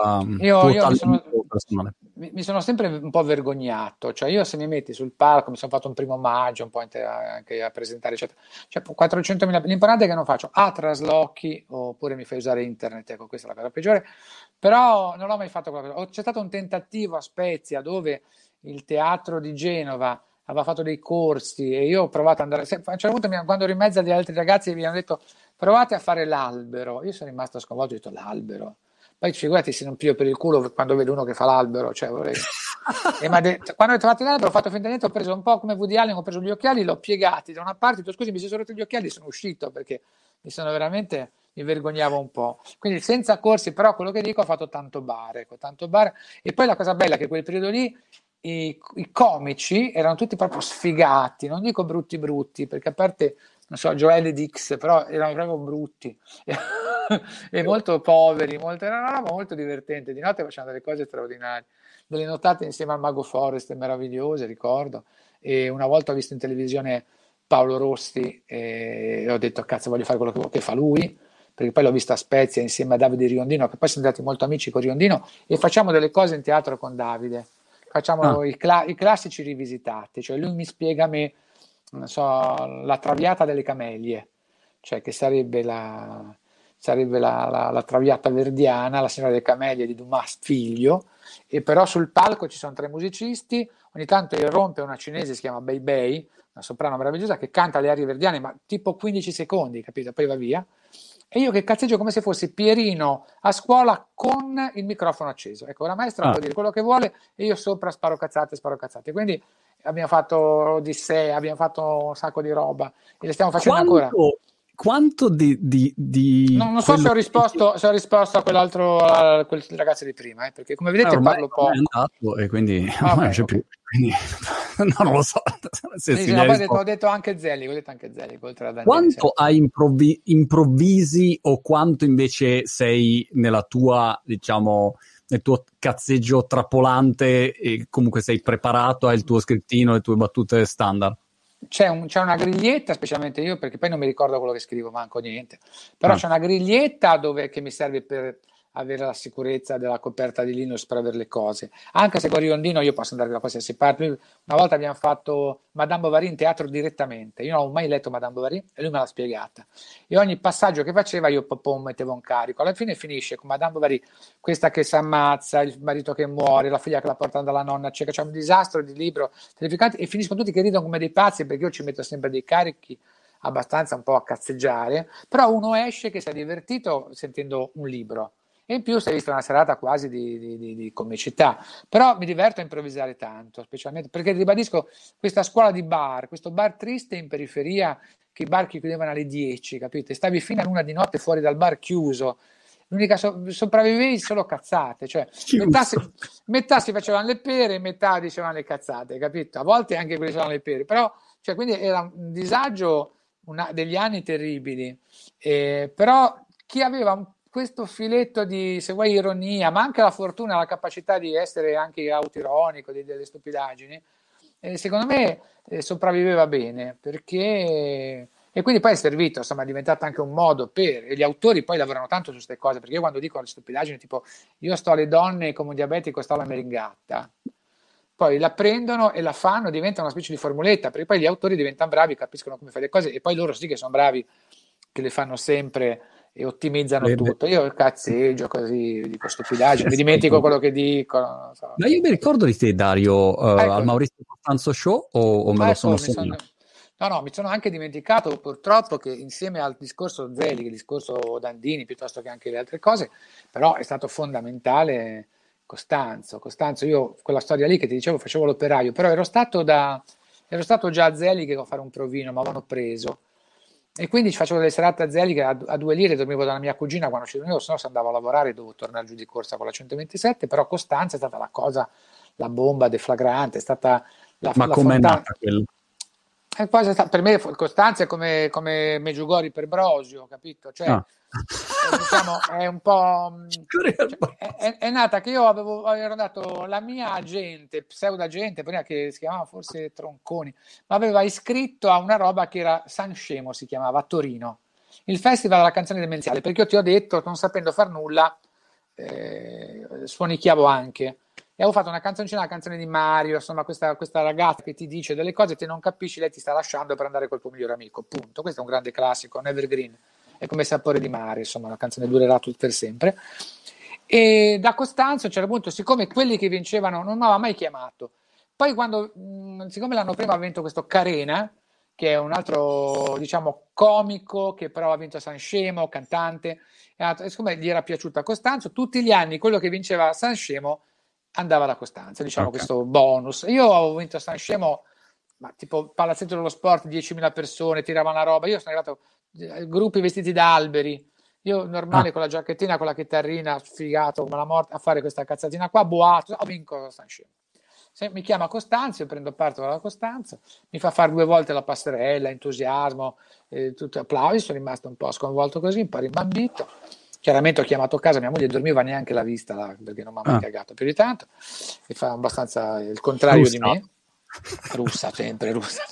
mi sono sempre un po' vergognato, cioè io se mi metti sul palco, mi sono fatto un primo maggio, un po' anche a presentare, eccetera, cioè 400.000, l'importante è che non faccio traslochi oppure mi fai usare internet, ecco, questa è la cosa peggiore, però non l'ho mai fatto quella cosa. C'è stato un tentativo a Spezia dove il teatro di Genova aveva fatto dei corsi e io ho provato ad andare, a un certo punto quando ero in mezzo agli altri ragazzi mi hanno detto provate a fare l'albero, io sono rimasto sconvolto, ho detto l'albero, poi figurati se non piglio per il culo quando vedo uno che fa l'albero, cioè vorrei... quando ho trovato l'albero ho fatto finta niente, ho preso un po' come Woody Allen, ho preso gli occhiali, l'ho piegati da una parte, ho detto scusi mi si sono rotti gli occhiali, sono uscito perché mi vergognavo un po', quindi senza corsi, però quello che dico ho fatto tanto bar, e poi la cosa bella è che quel periodo lì i comici erano tutti proprio sfigati, non dico brutti, perché a parte, non so, Joel Dix, però erano proprio brutti e molto poveri, era una roba molto divertente. Di notte facevano delle cose straordinarie, delle nottate insieme al Mago Forest meravigliose, ricordo. E una volta ho visto in televisione Paolo Rossi e ho detto cazzo, voglio fare quello che fa lui, perché poi l'ho visto a Spezia insieme a Davide Riondino, che poi siamo diventati molto amici con Riondino, e facciamo delle cose in teatro con Davide. Facciamo i classici rivisitati, cioè lui mi spiega a me, non so, la Traviata delle Camelie, cioè che sarebbe la Traviata verdiana, la Signora delle Camelie di Dumas figlio, e però sul palco ci sono 3 musicisti, ogni tanto irrompe una cinese, si chiama Bei Bei, una soprano meravigliosa, che canta le arie verdiane, ma tipo 15 secondi, capito? Poi va via. E io che cazzeggio come se fossi Pierino a scuola con il microfono acceso. Ecco, la maestra può dire quello che vuole e io sopra sparo cazzate. Quindi abbiamo fatto Odissea, abbiamo fatto un sacco di roba e le stiamo facendo ancora. quanto non so se ho risposto a quell'altro, a quel ragazzo di prima, perché come vedete parlo poco. È andato e quindi non c'è più. Quindi, non lo so. Poi ho detto anche Zelli, oltre a Daniele. Quanto hai improvvisi o quanto invece sei nella tua, diciamo, nel tuo cazzeggio trapolante e comunque sei preparato, hai il tuo scrittino, le tue battute standard? C'è una griglietta, specialmente io, perché poi non mi ricordo quello che scrivo, manco niente, però c'è una griglietta che mi serve per avere la sicurezza della coperta di Linux, per avere le cose, anche se con Riondino io posso andare da qualsiasi parte. Una volta abbiamo fatto Madame Bovary in teatro direttamente, io non avevo mai letto Madame Bovary e lui me l'ha spiegata, e ogni passaggio che faceva io mettevo un carico. Alla fine finisce con Madame Bovary, questa che si ammazza, il marito che muore, la figlia che la porta dalla nonna cieca, c'è un disastro di libro terrificante, e finiscono tutti che ridono come dei pazzi, perché io ci metto sempre dei carichi abbastanza un po' a cazzeggiare, però uno esce che si è divertito sentendo un libro. E in più si è vista una serata quasi di comicità, però mi diverto a improvvisare tanto, specialmente perché ribadisco questa scuola di bar, questo bar triste in periferia, che i bar chiudevano alle 10, capite? Stavi fino all'1 di notte fuori dal bar chiuso, l'unica sopravvivevi solo cazzate, cioè metà si facevano le pere, metà dicevano le cazzate, capito? A volte anche quelli dicevano le pere, però cioè, quindi era un disagio, degli anni terribili, però chi aveva questo filetto di, se vuoi, ironia, ma anche la fortuna, la capacità di essere anche autoironico delle stupidaggini, secondo me sopravviveva bene, perché e quindi poi è servito, insomma, è diventato anche un modo e gli autori poi lavorano tanto su queste cose, perché io quando dico le stupidaggini tipo io sto alle donne come un diabetico, sto alla merengatta, poi la prendono e la fanno, diventa una specie di formuletta, perché poi gli autori diventano bravi, capiscono come fare le cose, e poi loro sì che sono bravi, che le fanno sempre e ottimizzano tutto. Io cazzeggio così, dico stupidaggini, mi dimentico quello che dicono. Non so. Ma io mi ricordo di te, Dario, al Maurizio Costanzo Show, o me lo sono segnato? No, mi sono anche dimenticato purtroppo che insieme al discorso Zelig, il discorso Dandini, piuttosto che anche le altre cose, però è stato fondamentale Costanzo, io quella storia lì che ti dicevo facevo l'operaio, però ero stato già a Zelig a fare un provino, mi avevano preso. E quindi facevo delle serate a Zelig a 2 lire, dormivo dalla mia cugina quando ci dormivo, se no se andavo a lavorare dovevo tornare giù di corsa con la 127, però Costanza è stata la cosa, la bomba deflagrante, è stata Ma com'è nata quello? E poi per me Costanza è come Meggiugori per Brosio, capito? Cioè, diciamo, è un po'... è nata che io ero andato, la mia agente, pseudo agente, prima che si chiamava forse Tronconi, ma aveva iscritto a una roba che era San Scemo, si chiamava, a Torino, il festival della canzone demenziale, perché io ti ho detto, non sapendo far nulla, suonicchiavo anche. E avevo fatto una canzone di Mario, insomma, questa ragazza che ti dice delle cose, te non capisci, lei ti sta lasciando per andare col tuo migliore amico, punto. Questo è un grande classico, un evergreen, è come Sapore di mare, insomma, la canzone durerà per sempre. E da Costanzo, a un certo punto, siccome quelli che vincevano non mi aveva mai chiamato, poi quando, siccome l'anno prima ha vinto questo Carena, che è un altro, diciamo, comico, che però ha vinto San Scemo, cantante, e siccome gli era piaciuto a Costanzo, tutti gli anni quello che vinceva a San Scemo andava da Costanza, diciamo, questo bonus. Io avevo vinto a San Scemo, ma tipo Palazzetto dello Sport, 10.000 persone, tiravano la roba, io sono arrivato, gruppi vestiti da alberi, io normale con la giacchettina, con la chitarrina, sfigato come la morte, a fare questa cazzatina qua, boato, ho vinto a San Scemo. Se mi chiama Costanzo, io prendo parte dalla Costanzo, mi fa fare 2 volte la passerella, entusiasmo, tutto applausi, sono rimasto un po' sconvolto così, un po' rimbambito. Chiaramente ho chiamato a casa, mia moglie dormiva neanche la vista là, perché non mi ha mai cagato più di tanto, e fa abbastanza il contrario di me. Russa, sempre russa.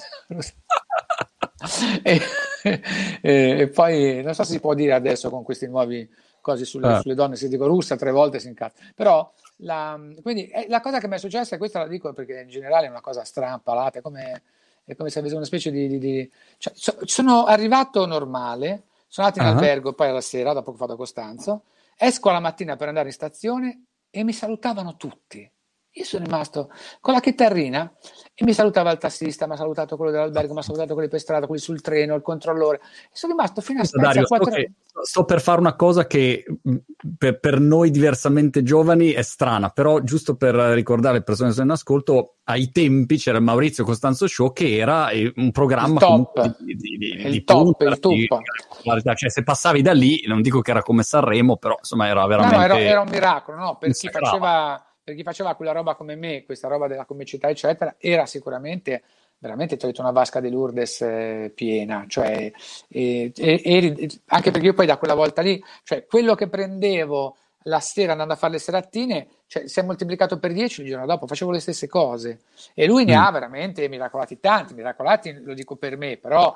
E poi non so se si può dire adesso con questi nuovi cose sulle donne, se dico russa 3 volte si incazza, però quindi la cosa che mi è successa, e questa la dico perché in generale è una cosa strampalata, è come se avessi una specie cioè, sono arrivato normale. Sono andato in albergo poi alla sera, dopo che ho fatto Costanzo, esco la mattina per andare in stazione e mi salutavano tutti. Io sono rimasto con la chitarrina e mi salutava il tassista, mi ha salutato quello dell'albergo, mi ha salutato quelli per strada, quelli sul treno, il controllore. E sono rimasto fino a Dario, sto per fare una cosa che per noi diversamente giovani è strana, però giusto per ricordare le persone che sono in ascolto, ai tempi c'era il Maurizio Costanzo Show, che era un programma il top. Cioè, se passavi da lì, non dico che era come Sanremo, però insomma era veramente... era un miracolo, no? Per chi faceva quella roba come me, questa roba della comicità eccetera, era sicuramente veramente togliete una vasca di Lourdes piena, cioè anche perché io poi da quella volta lì, cioè quello che prendevo la sera andando a fare le serattine, cioè si è moltiplicato per 10 il giorno dopo, facevo le stesse cose e lui ne ha veramente miracolati tanti, miracolati lo dico per me, però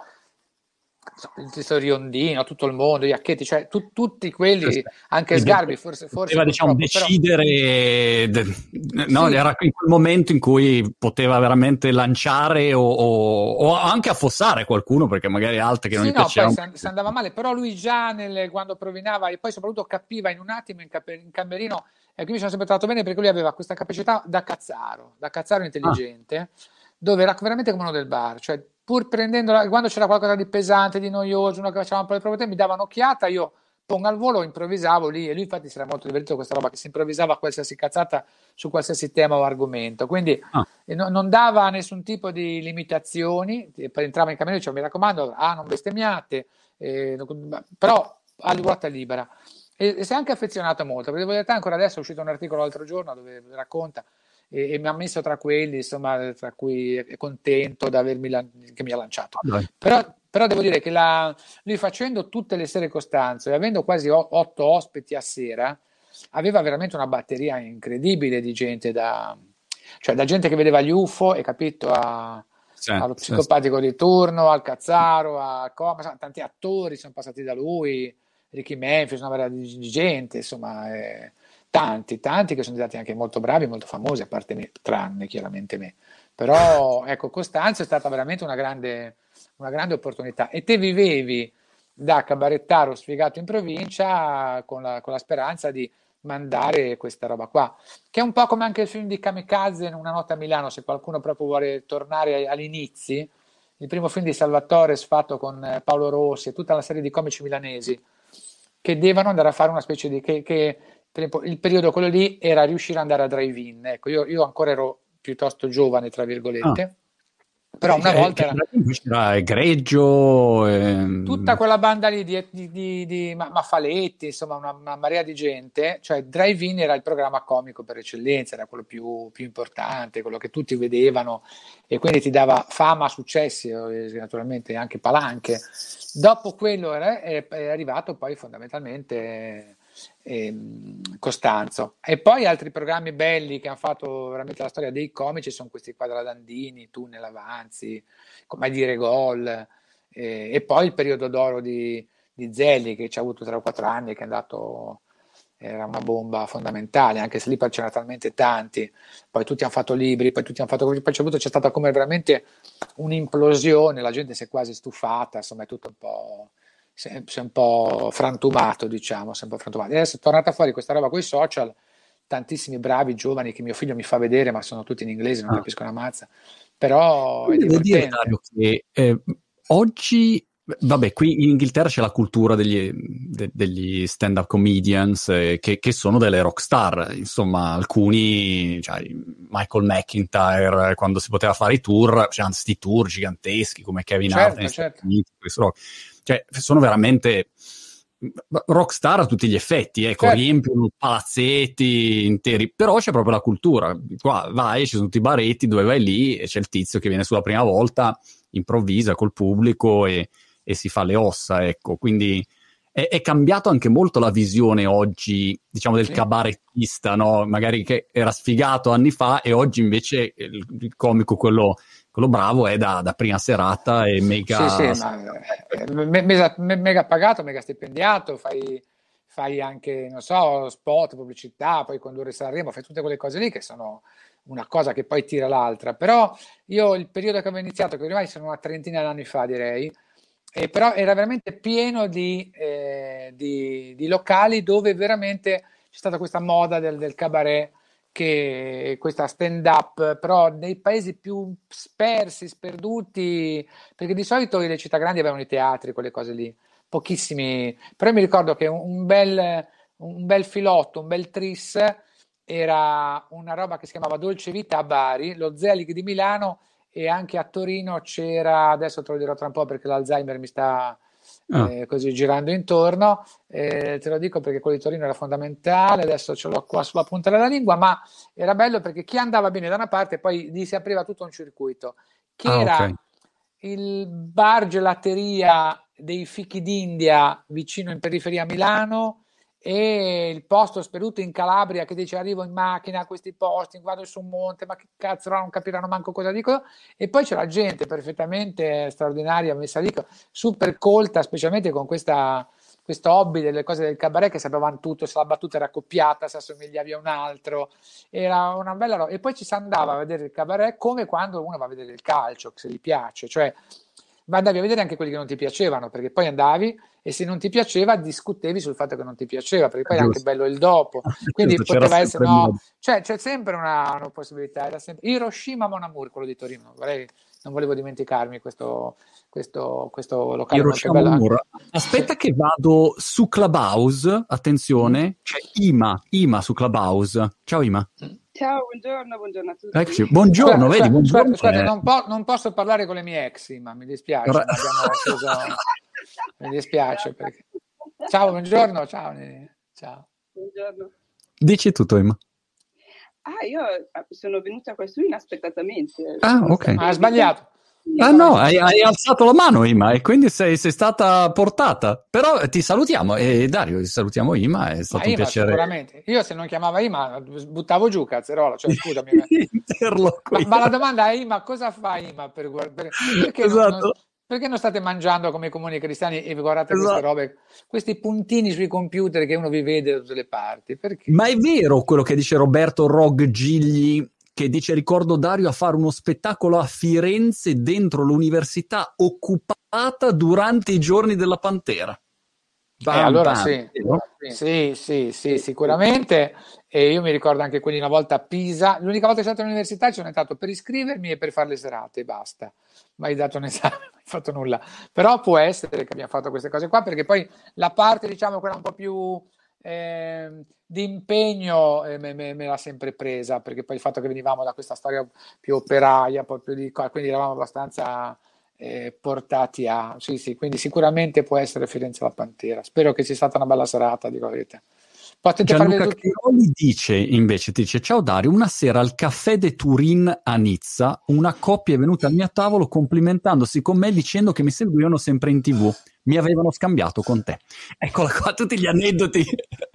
il Cristo Riondino, tutto il mondo, Iacchetti, cioè tutti quelli, anche Sgarbi forse poteva diciamo decidere no, sì. Era in quel momento in cui poteva veramente lanciare o anche affossare qualcuno, perché magari altri che non gli piacevano. Poi si andava male, però lui già quando provinava e poi soprattutto capiva in un attimo in camerino, e qui mi sono sempre trovato bene perché lui aveva questa capacità da cazzaro intelligente, dove era veramente come uno del bar, cioè pur prendendo, quando c'era qualcosa di pesante, di noioso, uno che faceva un po' di problemi, mi dava un'occhiata, io pongo al volo, improvvisavo lì, e lui infatti si era molto divertito questa roba, che si improvvisava qualsiasi cazzata su qualsiasi tema o argomento, quindi non dava nessun tipo di limitazioni, entrava in cammino e diceva mi raccomando, non bestemmiate, però a ruota libera, e si è anche affezionato molto, perché devo dire ancora adesso è uscito un articolo l'altro giorno dove racconta e mi ha messo tra quelli, insomma, tra cui è contento di avermi che mi ha lanciato. Però devo dire che lui facendo tutte le sere Costanzo e avendo quasi 8 ospiti a sera, aveva veramente una batteria incredibile di gente, cioè da gente che vedeva gli UFO, capito, allo psicopatico di turno, al Cazzaro, tanti attori sono passati da lui, Ricky Memphis, una varietà di gente, insomma... Tanti che sono diventati anche molto bravi, molto famosi, a parte me, tranne chiaramente me. Però ecco, Costanzo è stata veramente una grande opportunità. E te vivevi da cabarettaro sfigato in provincia con la speranza di mandare questa roba qua, che è un po' come anche il film di Kamikaze in Una notte a Milano, se qualcuno proprio vuole tornare agli inizi, il primo film di Salvatore fatto con Paolo Rossi e tutta una serie di comici milanesi che devono andare a fare una specie di... il periodo quello lì era riuscire ad andare a drive-in, ecco, io ancora ero piuttosto giovane tra virgolette, però una volta era Egreggio tutta quella banda lì di Maffaletti, insomma una marea di gente, cioè drive-in era il programma comico per eccellenza, era quello più importante, quello che tutti vedevano e quindi ti dava fama, successi e naturalmente anche palanche. Dopo quello è arrivato poi fondamentalmente Costanzo, e poi altri programmi belli che hanno fatto veramente la storia dei comici sono questi qua della Dandini, Tunnel Avanzi, come dire gol, e poi il periodo d'oro di Zelli che ci ha avuto 3 o 4 anni, che è andato, era una bomba fondamentale, anche se lì poi c'erano talmente tanti, poi tutti hanno fatto libri, poi tutti hanno fatto così, poi c'è stata come veramente un'implosione, la gente si è quasi stufata, insomma è tutto un po'... si è un po' frantumato, diciamo, si è un po' frantumato. Adesso è tornata fuori questa roba con i social, tantissimi bravi giovani che mio figlio mi fa vedere, ma sono tutti in inglese, non capisco una mazza, però è devo dire, Dario, che oggi, vabbè, qui in Inghilterra c'è la cultura degli stand-up comedians che sono delle rockstar, insomma, alcuni, cioè Michael McIntyre, quando si poteva fare i tour, c'erano questi tour giganteschi come Kevin Hart negli Stati Uniti, cioè sono veramente rockstar a tutti gli effetti, ecco, riempiono palazzetti interi, però c'è proprio la cultura, qua vai, ci sono tutti i baretti dove vai lì e c'è il tizio che viene sulla prima volta, improvvisa col pubblico e si fa le ossa, ecco, quindi è cambiato anche molto la visione oggi, diciamo, del cabarettista, no? Magari che era sfigato anni fa e oggi invece il comico, quello bravo, è da prima serata e mega... mega pagato, mega stipendiato, fai anche, non so, spot, pubblicità, poi condurre Sanremo, fai tutte quelle cose lì che sono una cosa che poi tira l'altra. Però io il periodo che avevo iniziato, che ormai sono una trentina di anni fa direi, però era veramente pieno di locali dove veramente c'è stata questa moda del cabaret che questa stand-up, però nei paesi più sperduti, perché di solito le città grandi avevano i teatri, quelle cose lì, pochissimi, però mi ricordo che un bel filotto, un bel tris era una roba che si chiamava Dolce Vita a Bari, lo Zelig di Milano, e anche a Torino c'era, adesso te lo dirò tra un po' perché l'Alzheimer mi sta così girando intorno, te lo dico perché quello di Torino era fondamentale, adesso ce l'ho qua sulla punta della lingua, ma era bello perché chi andava bene da una parte poi gli si apriva tutto un circuito, che era il bar gelateria dei Fichi d'India vicino in periferia a Milano, e il posto sperduto in Calabria che dice arrivo in macchina a questi posti, vado su un monte, ma che cazzo, non capiranno manco cosa dico, e poi c'è la gente perfettamente straordinaria messa lì, super colta, specialmente con questo hobby delle cose del cabaret, che sapevano tutto, se la battuta era accoppiata, se assomigliavi a un altro, era una bella roba. E poi ci si andava a vedere il cabaret come quando uno va a vedere il calcio, se gli piace, cioè andavi a vedere anche quelli che non ti piacevano, perché poi andavi e se non ti piaceva discutevi sul fatto che non ti piaceva, perché poi era anche bello il dopo, quindi poteva essere, no, cioè c'è sempre una possibilità. Era sempre Hiroshima Mon Amour, quello di Torino, non volevo dimenticarmi questo locale Hiroshima molto bello. Aspetta che vado su Clubhouse, attenzione, c'è Ima su Clubhouse. Ciao Ima. Ciao, buongiorno a tutti. Eccoci. Buongiorno, vedi, buongiorno. Scusate, non posso parlare con le mie ex, ma mi dispiace, mi dispiace perché... Ciao, buongiorno, ciao. Buongiorno. Dici tutto, Ima. Io sono venuta qua su inaspettatamente. Ok. Ma ha sbagliato. No, hai alzato la mano Ima e quindi sei stata portata, però ti salutiamo e Dario, ti salutiamo Ima, è stato un piacere. Sicuramente, io se non chiamava Ima buttavo giù cazzerola, cioè scusami. ma la domanda è Ima, cosa fa Ima per guardare? Perché perché non state mangiando come i comuni cristiani e vi guardate queste robe, questi puntini sui computer che uno vi vede da tutte le parti? Perché? Ma è vero quello che dice Roberto Roggigli, che dice ricordo Dario a fare uno spettacolo a Firenze dentro l'università occupata durante i giorni della Pantera. Allora sì, sicuramente. E io mi ricordo anche quelli una volta a Pisa. L'unica volta che sono stato all'università ci sono entrato per iscrivermi e per fare le serate e basta. Mai dato un esame, mai fatto nulla. Però può essere che abbiamo fatto queste cose qua, perché poi la parte, diciamo, quella un po' più di impegno me l'ha sempre presa, perché poi il fatto che venivamo da questa storia più operaia, poi più quindi eravamo abbastanza portati a sì, quindi sicuramente può essere Firenze la Pantera. Spero che sia stata una bella serata, dico la verità. Gianluca Chiroli dice ciao Dario, una sera al Caffè de Turin a Nizza una coppia è venuta al mio tavolo complimentandosi con me dicendo che mi seguivano sempre in TV, mi avevano scambiato con te. Eccola qua, tutti gli aneddoti.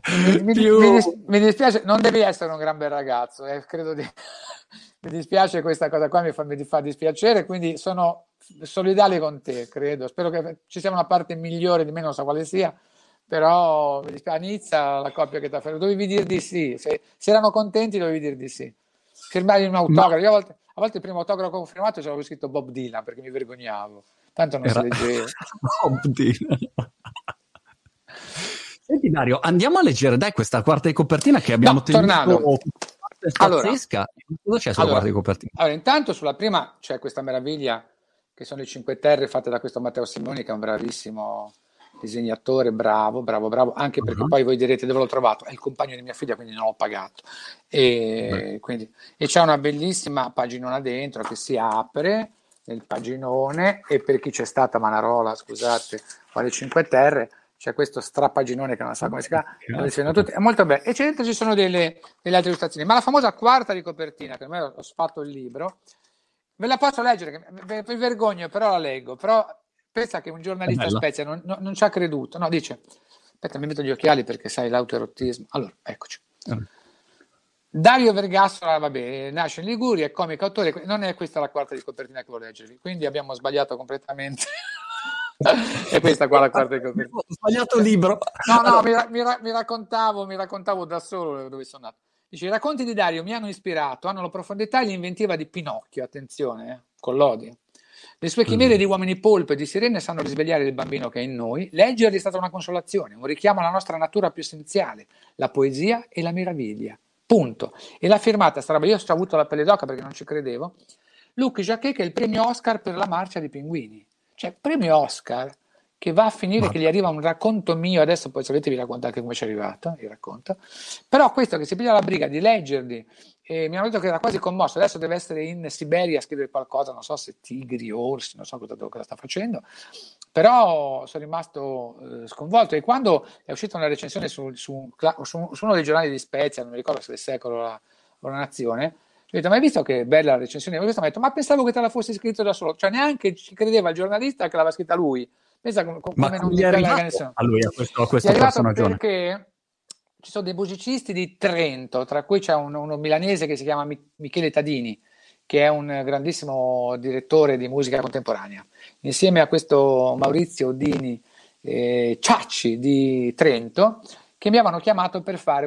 Mi dispiace, non devi essere un gran bel ragazzo, credo mi dispiace questa cosa qua, mi fa dispiacere, quindi sono solidale con te, credo, spero che ci sia una parte migliore di me, non so quale sia, però mi dispiace. A Nizza la coppia che ti ha fatto, dovevi dire di sì, se erano contenti dovevi dire di sì, firmare un autografo. Io a volte il primo autografo che ho firmato c'avevo scritto Bob Dylan perché mi vergognavo, tanto non si leggeva. Bob Dylan. Senti Dario, andiamo a leggere dai questa quarta di copertina che abbiamo tenuto pazzesca. Cosa c'è sulla quarta di copertina? Allora, intanto sulla prima c'è questa meraviglia che sono le Cinque Terre fatte da questo Matteo Simoni, che è un bravissimo disegnatore, bravo, anche perché poi voi direte dove l'ho trovato, è il compagno di mia figlia, quindi non l'ho pagato, e c'è una bellissima paginona dentro che si apre nel paginone, e per chi c'è stata Manarola, scusate, quale Cinque Terre, c'è questo strapaginone che non so come si chiama, è molto bello, e dentro ci sono delle altre illustrazioni, ma la famosa quarta di copertina, che ormai ho sfatto il libro, ve la posso leggere, mi vergogno, però la leggo, però pensa che un giornalista Spezia non ci ha creduto, no, dice, aspetta, mi metto gli occhiali perché sai l'autoerotismo, allora, eccoci. Dario Vergassola, vabbè, nasce in Liguria, è comico autore, non è questa la quarta di copertina che volevo leggervi, quindi abbiamo sbagliato completamente. È questa qua la quarta di copertina. Ho sbagliato il libro. No, mi raccontavo da solo dove sono nato. Dice, i racconti di Dario mi hanno ispirato, hanno la profondità e l'inventiva di Pinocchio, attenzione, con l'odio. Le sue chimere di uomini polpo e di sirene sanno risvegliare il bambino che è in noi. Leggerli è stata una consolazione, un richiamo alla nostra natura più essenziale, la poesia e la meraviglia. punto. E l'ha firmata sta roba, io ho avuto la pelle d'oca perché non ci credevo, Luc Jacquet, che è il premio Oscar per la marcia dei pinguini, cioè premio Oscar che va a finire che gli arriva un racconto mio, adesso poi se volete vi racconto anche come ci è arrivato il racconto, però questo che si piglia la briga di leggerli, e mi hanno detto che era quasi commosso, adesso deve essere in Siberia a scrivere qualcosa, non so se tigri, orsi, non so cosa sta facendo, però sono rimasto sconvolto. E quando è uscita una recensione su uno dei giornali di Spezia, non mi ricordo se del Secolo o la Nazione, ho detto, ma hai visto che bella la recensione? Questo mi ha detto, ma pensavo che te la fossi scritto da solo, cioè neanche ci credeva il giornalista che l'aveva scritta lui. Pensa come non gli è arrivato a lui, a questo personaggio? Perché ci sono dei musicisti di Trento, tra cui c'è uno milanese che si chiama Michele Tadini, che è un grandissimo direttore di musica contemporanea, insieme a questo Maurizio Dini Ciacci di Trento, che mi avevano chiamato per fare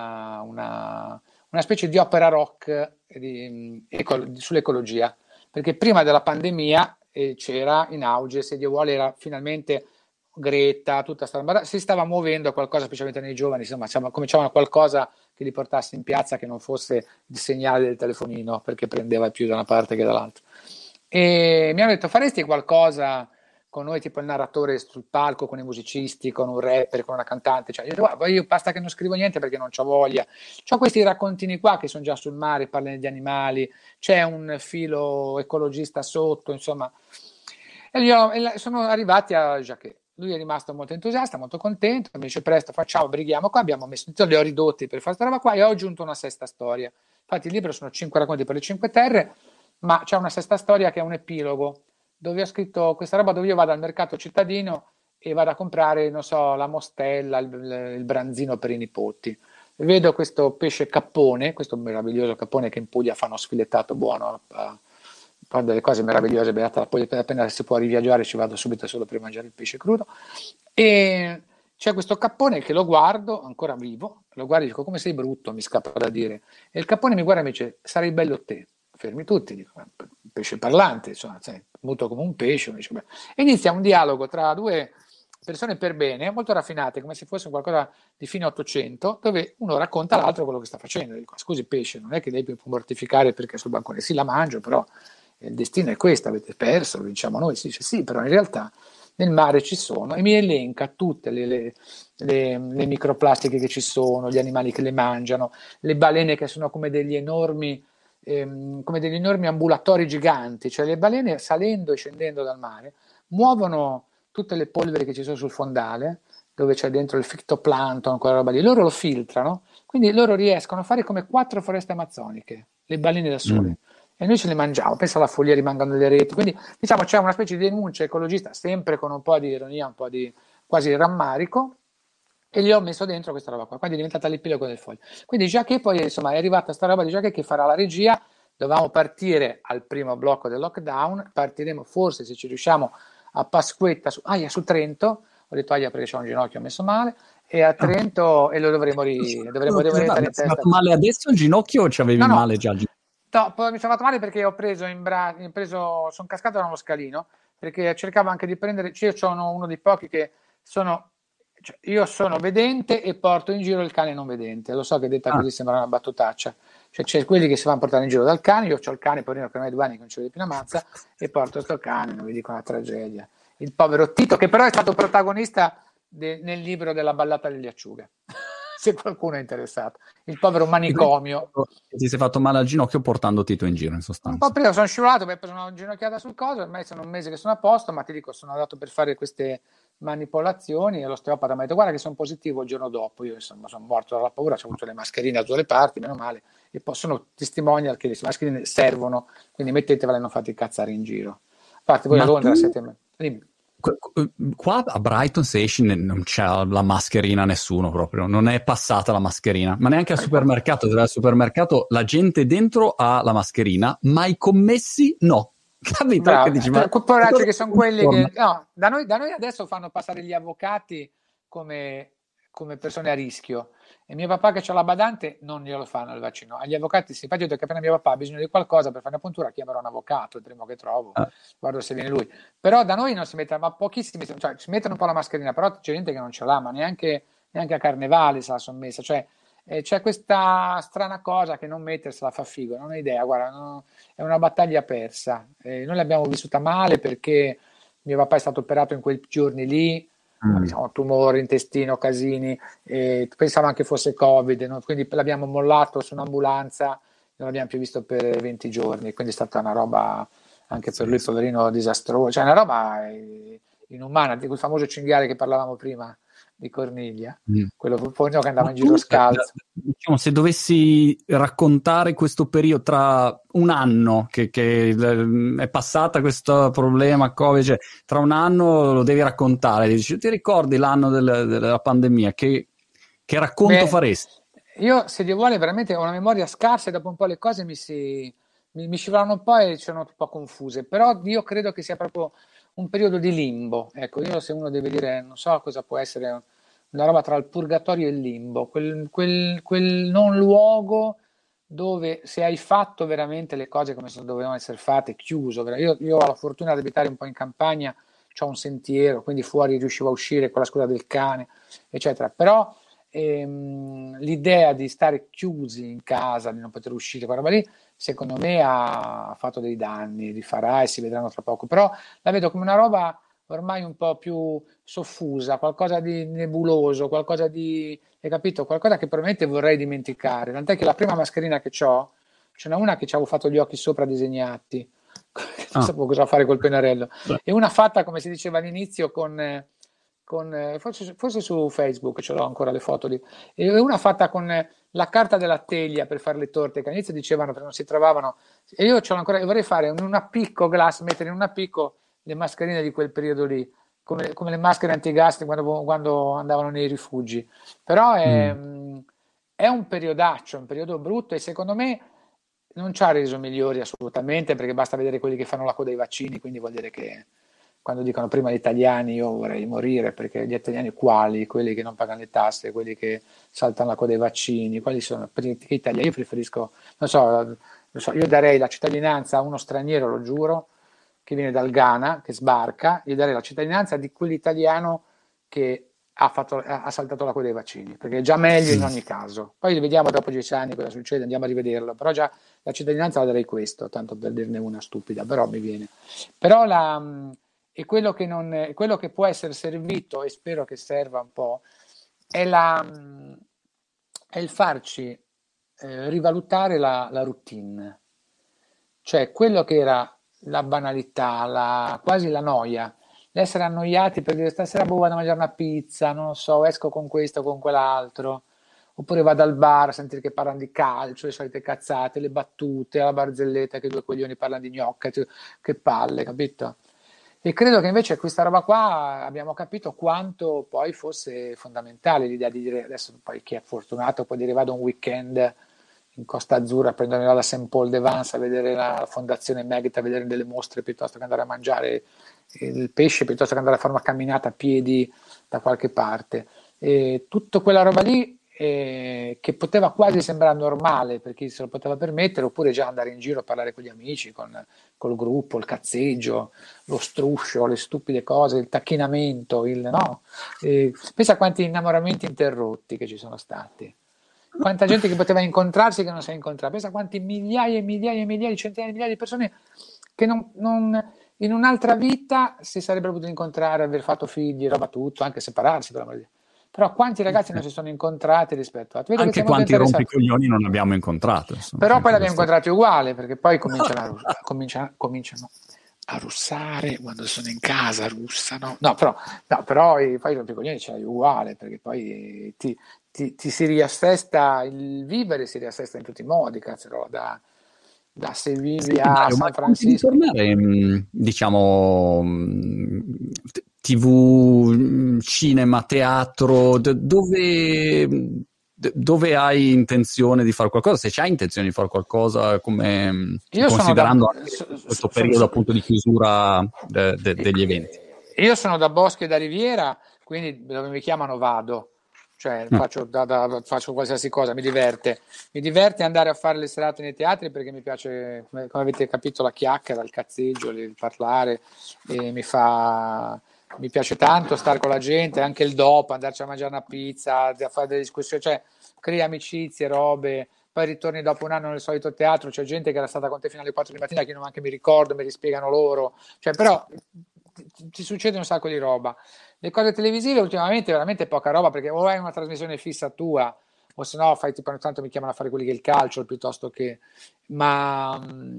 una specie di opera rock sull'ecologia, perché prima della pandemia c'era in auge, se Dio vuole, era finalmente Greta, tutta sta roba, si stava muovendo qualcosa, specialmente nei giovani, insomma, cominciavano qualcosa che li portasse in piazza, che non fosse il segnale del telefonino, perché prendeva più da una parte che dall'altra. E mi hanno detto, faresti qualcosa con noi, tipo il narratore sul palco, con i musicisti, con un rapper, con una cantante? Cioè, io basta che non scrivo niente perché non c'ho voglia. C'ho questi raccontini qua che sono già sul mare, parlano di animali, c'è un filo ecologista sotto, insomma. E sono arrivati a Jacquet. Lui è rimasto molto entusiasta, molto contento, mi dice presto, facciamo, brighiamo qua, abbiamo messo, li ho ridotti per fare questa roba qua e ho aggiunto una sesta storia. Infatti il libro sono 5 racconti per le 5 terre, ma c'è una sesta storia che è un epilogo, dove ho scritto questa roba dove io vado al mercato cittadino e vado a comprare, non so, la mostella, il branzino per i nipoti. Vedo questo pesce cappone, questo meraviglioso cappone che in Puglia fanno sfilettato buono, fanno delle cose meravigliose, beata, poi appena si può riviaggiare ci vado subito solo per mangiare il pesce crudo. E c'è questo cappone che lo guardo, ancora vivo, lo guardo e dico come sei brutto, mi scappa da dire. E il cappone mi guarda e mi dice sarei bello te. Fermi tutti, dico, pesce parlante, insomma, muto come un pesce. Dice, e inizia un dialogo tra due persone per bene, molto raffinate, come se fosse qualcosa di fine 800, dove uno racconta all'altro quello che sta facendo. Dico, scusi pesce, non è che devi mortificare perché sul bancone, sì la mangio, però il destino è questo, avete perso, lo vinciamo noi. Si dice sì, però in realtà nel mare ci sono, e mi elenca tutte le microplastiche che ci sono, gli animali che le mangiano, le balene che sono come degli enormi ambulatori giganti, cioè le balene salendo e scendendo dal mare muovono tutte le polveri che ci sono sul fondale, dove c'è dentro il fitoplancton, quella roba lì, loro lo filtrano, quindi loro riescono a fare come 4 foreste amazzoniche, le balene da sole. E noi ce le mangiamo, pensa alla follia, rimangono nelle reti, quindi diciamo c'è una specie di denuncia ecologista, sempre con un po' di ironia, un po' di quasi rammarico, e gli ho messo dentro questa roba qua, quindi è diventata l'epilogo del foglio. Quindi Jacquet poi insomma è arrivata sta roba di Jacquet che farà la regia, dovevamo partire al primo blocco del lockdown, partiremo forse se ci riusciamo a Pasquetta, su Trento, ho detto Aia perché c'ho un ginocchio messo male, e a Trento e lo dovremo rimettere in testa. Ti fatto male adesso il ginocchio o ci avevi male già il ginocchio? No, poi mi sono fatto male perché ho preso sono cascato da uno scalino, perché cercavo anche di prendere, io sono uno dei pochi che io sono vedente e porto in giro il cane non vedente, lo so che detta così sembra una battutaccia, cioè c'è quelli che si fanno portare in giro dal cane, io ho il cane, poverino, che ormai 2 anni che non ci vede più una mazza, e porto sto cane, non vi dico una tragedia. Il povero Tito, che però è stato protagonista nel libro della ballata delle acciughe. Se qualcuno è interessato, il povero manicomio. Ti sei fatto male al ginocchio portando Tito in giro, in sostanza. Un po' prima sono scivolato, mi ho preso una ginocchiata sul coso, ormai sono un mese che sono a posto, ma ti dico, sono andato per fare queste manipolazioni e l'osteopata mi ha detto guarda che sono positivo il giorno dopo. Io insomma sono morto dalla paura, ho avuto le mascherine da tutte le parti, meno male, e poi sono testimonial che le mascherine servono, quindi mettetevele e non fate cazzare in giro. Infatti voi a Londra siete... Dimmi. Qua a Brighton Station non c'è la mascherina, nessuno proprio, non è passata la mascherina, ma neanche al supermercato. Al supermercato la gente dentro ha la mascherina, ma i commessi no. Capito? Bravo, che dici, ma poracci che sono quelli che no, da noi adesso fanno passare gli avvocati come persone a rischio, e mio papà che ha la badante non glielo fanno il vaccino, agli avvocati sì. Infatti io ho detto che appena mio papà ha bisogno di qualcosa per fare una puntura chiamerò un avvocato, il primo che trovo, guardo se viene lui. Però da noi non si mette, ma pochissimi, cioè si mettono un po' la mascherina, però c'è gente che non ce l'ha, ma neanche a Carnevale se la sono messa, cioè c'è questa strana cosa che non mettersela fa figo, non ho idea, guarda, no, è una battaglia persa. Noi l'abbiamo vissuta male perché mio papà è stato operato in quei giorni lì, diciamo, tumore, intestino, casini, pensavo anche fosse Covid, no? Quindi l'abbiamo mollato su un'ambulanza, non l'abbiamo più visto per 20 giorni, quindi è stata una roba anche per lui, poverino, disastrosa, cioè una roba inumana, di quel famoso cinghiale che parlavamo prima di Corniglia, quello che andava in giro scalzo. Diciamo, se dovessi raccontare questo periodo tra un anno che è passata questo problema Covid, cioè, tra un anno lo devi raccontare, dici, ti ricordi l'anno della pandemia, che racconto faresti? Io, se Dio vuole, veramente ho una memoria scarsa e dopo un po' le cose mi scivolano un po' e sono un po' confuse, però io credo che sia proprio un periodo di limbo. Ecco, io se uno deve dire, non so cosa può essere una roba tra il purgatorio e il limbo, quel non luogo dove se hai fatto veramente le cose come dovevano essere fatte, chiuso. Io ho la fortuna di abitare un po' in campagna, c'ho un sentiero, quindi fuori riuscivo a uscire con la scusa del cane, eccetera. Però l'idea di stare chiusi in casa, di non poter uscire, quella roba lì, secondo me ha fatto dei danni, li farà e si vedranno tra poco. Però la vedo come una roba ormai un po' più soffusa, qualcosa di nebuloso, qualcosa di, hai capito? Qualcosa che probabilmente vorrei dimenticare. Tant'è che la prima mascherina che ho, ce n'è una che ci avevo fatto gli occhi sopra disegnati, non sapevo cosa fare col pennarello, e una fatta, come si diceva all'inizio, forse su Facebook ce l'ho ancora le foto lì, e una fatta con la carta della teglia per fare le torte, che all'inizio dicevano perché non si trovavano, e io ce l'ho ancora, vorrei fare in un appicco glass, mettere in un appicco le mascherine di quel periodo lì, come le maschere antigas quando andavano nei rifugi. Però è un periodaccio, un periodo brutto, e secondo me non ci ha reso migliori assolutamente, perché basta vedere quelli che fanno la coda ai vaccini, quindi vuol dire che quando dicono prima gli italiani, io vorrei morire, perché gli italiani quali? Quelli che non pagano le tasse, quelli che saltano la coda ai vaccini, quali sono? Perché italiani? Io preferisco, non so, io darei la cittadinanza a uno straniero, lo giuro, che viene dal Ghana, che sbarca, gli darei la cittadinanza di quell'italiano che ha saltato la coda ai vaccini, perché è già meglio in ogni caso. Poi vediamo dopo 10 anni cosa succede, andiamo a rivederlo, però già la cittadinanza la darei questo, tanto per dirne una stupida, però mi viene. Però e quello che può essere servito, e spero che serva un po', è il farci rivalutare la routine, cioè quello che era la banalità, quasi la noia, l'essere annoiati per dire stasera vado a mangiare una pizza, non lo so, esco con questo o con quell'altro, oppure vado al bar a sentire che parlano di calcio, le solite cazzate, le battute, la barzelletta che due coglioni parlano di gnocca, che palle, capito? E credo che invece questa roba qua abbiamo capito quanto poi fosse fondamentale l'idea di dire, adesso poi chi è fortunato può dire vado un weekend in Costa Azzurra a prendermi la St. Paul de Vence a vedere la fondazione Meghet, a vedere delle mostre, piuttosto che andare a mangiare il pesce, piuttosto che andare a fare una camminata a piedi da qualche parte. E tutta quella roba lì che poteva quasi sembrare normale per chi se lo poteva permettere, oppure già andare in giro a parlare con gli amici, col gruppo, il cazzeggio, lo struscio, le stupide cose, il tacchinamento, no? Pensa a quanti innamoramenti interrotti che ci sono stati. Quanta gente che poteva incontrarsi che non si è incontrata, pensa a quanti migliaia e migliaia e migliaia, centinaia di migliaia di persone che non in un'altra vita si sarebbero potuti incontrare, aver fatto figli, roba tutto, anche separarsi, però quanti ragazzi non si sono incontrati rispetto a... Anche quanti rompicoglioni non abbiamo incontrato. Insomma, però poi l'abbiamo incontrati uguale, perché poi cominciano a russare quando sono in casa, russano. No, però poi i rompicoglioni ce l'hai uguale, perché poi ti si riassesta, il vivere si riassesta in tutti i modi, cazzo, da Sevilla a San Francisco. Tornare, diciamo, TV, cinema, teatro, dove hai intenzione di fare qualcosa? Se c'hai intenzione di fare qualcosa, considerando questo periodo appunto di chiusura degli eventi. Io sono da Boschi e da Riviera, quindi dove mi chiamano vado. Cioè faccio qualsiasi cosa, mi diverte andare a fare le serate nei teatri, perché mi piace, come avete capito, la chiacchiera, il cazzeggio, il parlare, e mi piace tanto stare con la gente, anche il dopo, andarci a mangiare una pizza, a fare delle discussioni, cioè crei amicizie, robe, poi ritorni dopo un anno nel solito teatro, c'è gente che era stata con te fino alle 4 di mattina che non anche mi ricordo, me li spiegano loro, cioè però ti succede un sacco di roba. Le cose televisive ultimamente veramente poca roba, perché o hai una trasmissione fissa tua o se no fai tipo, tanto mi chiamano a fare quelli che il calcio piuttosto che, ma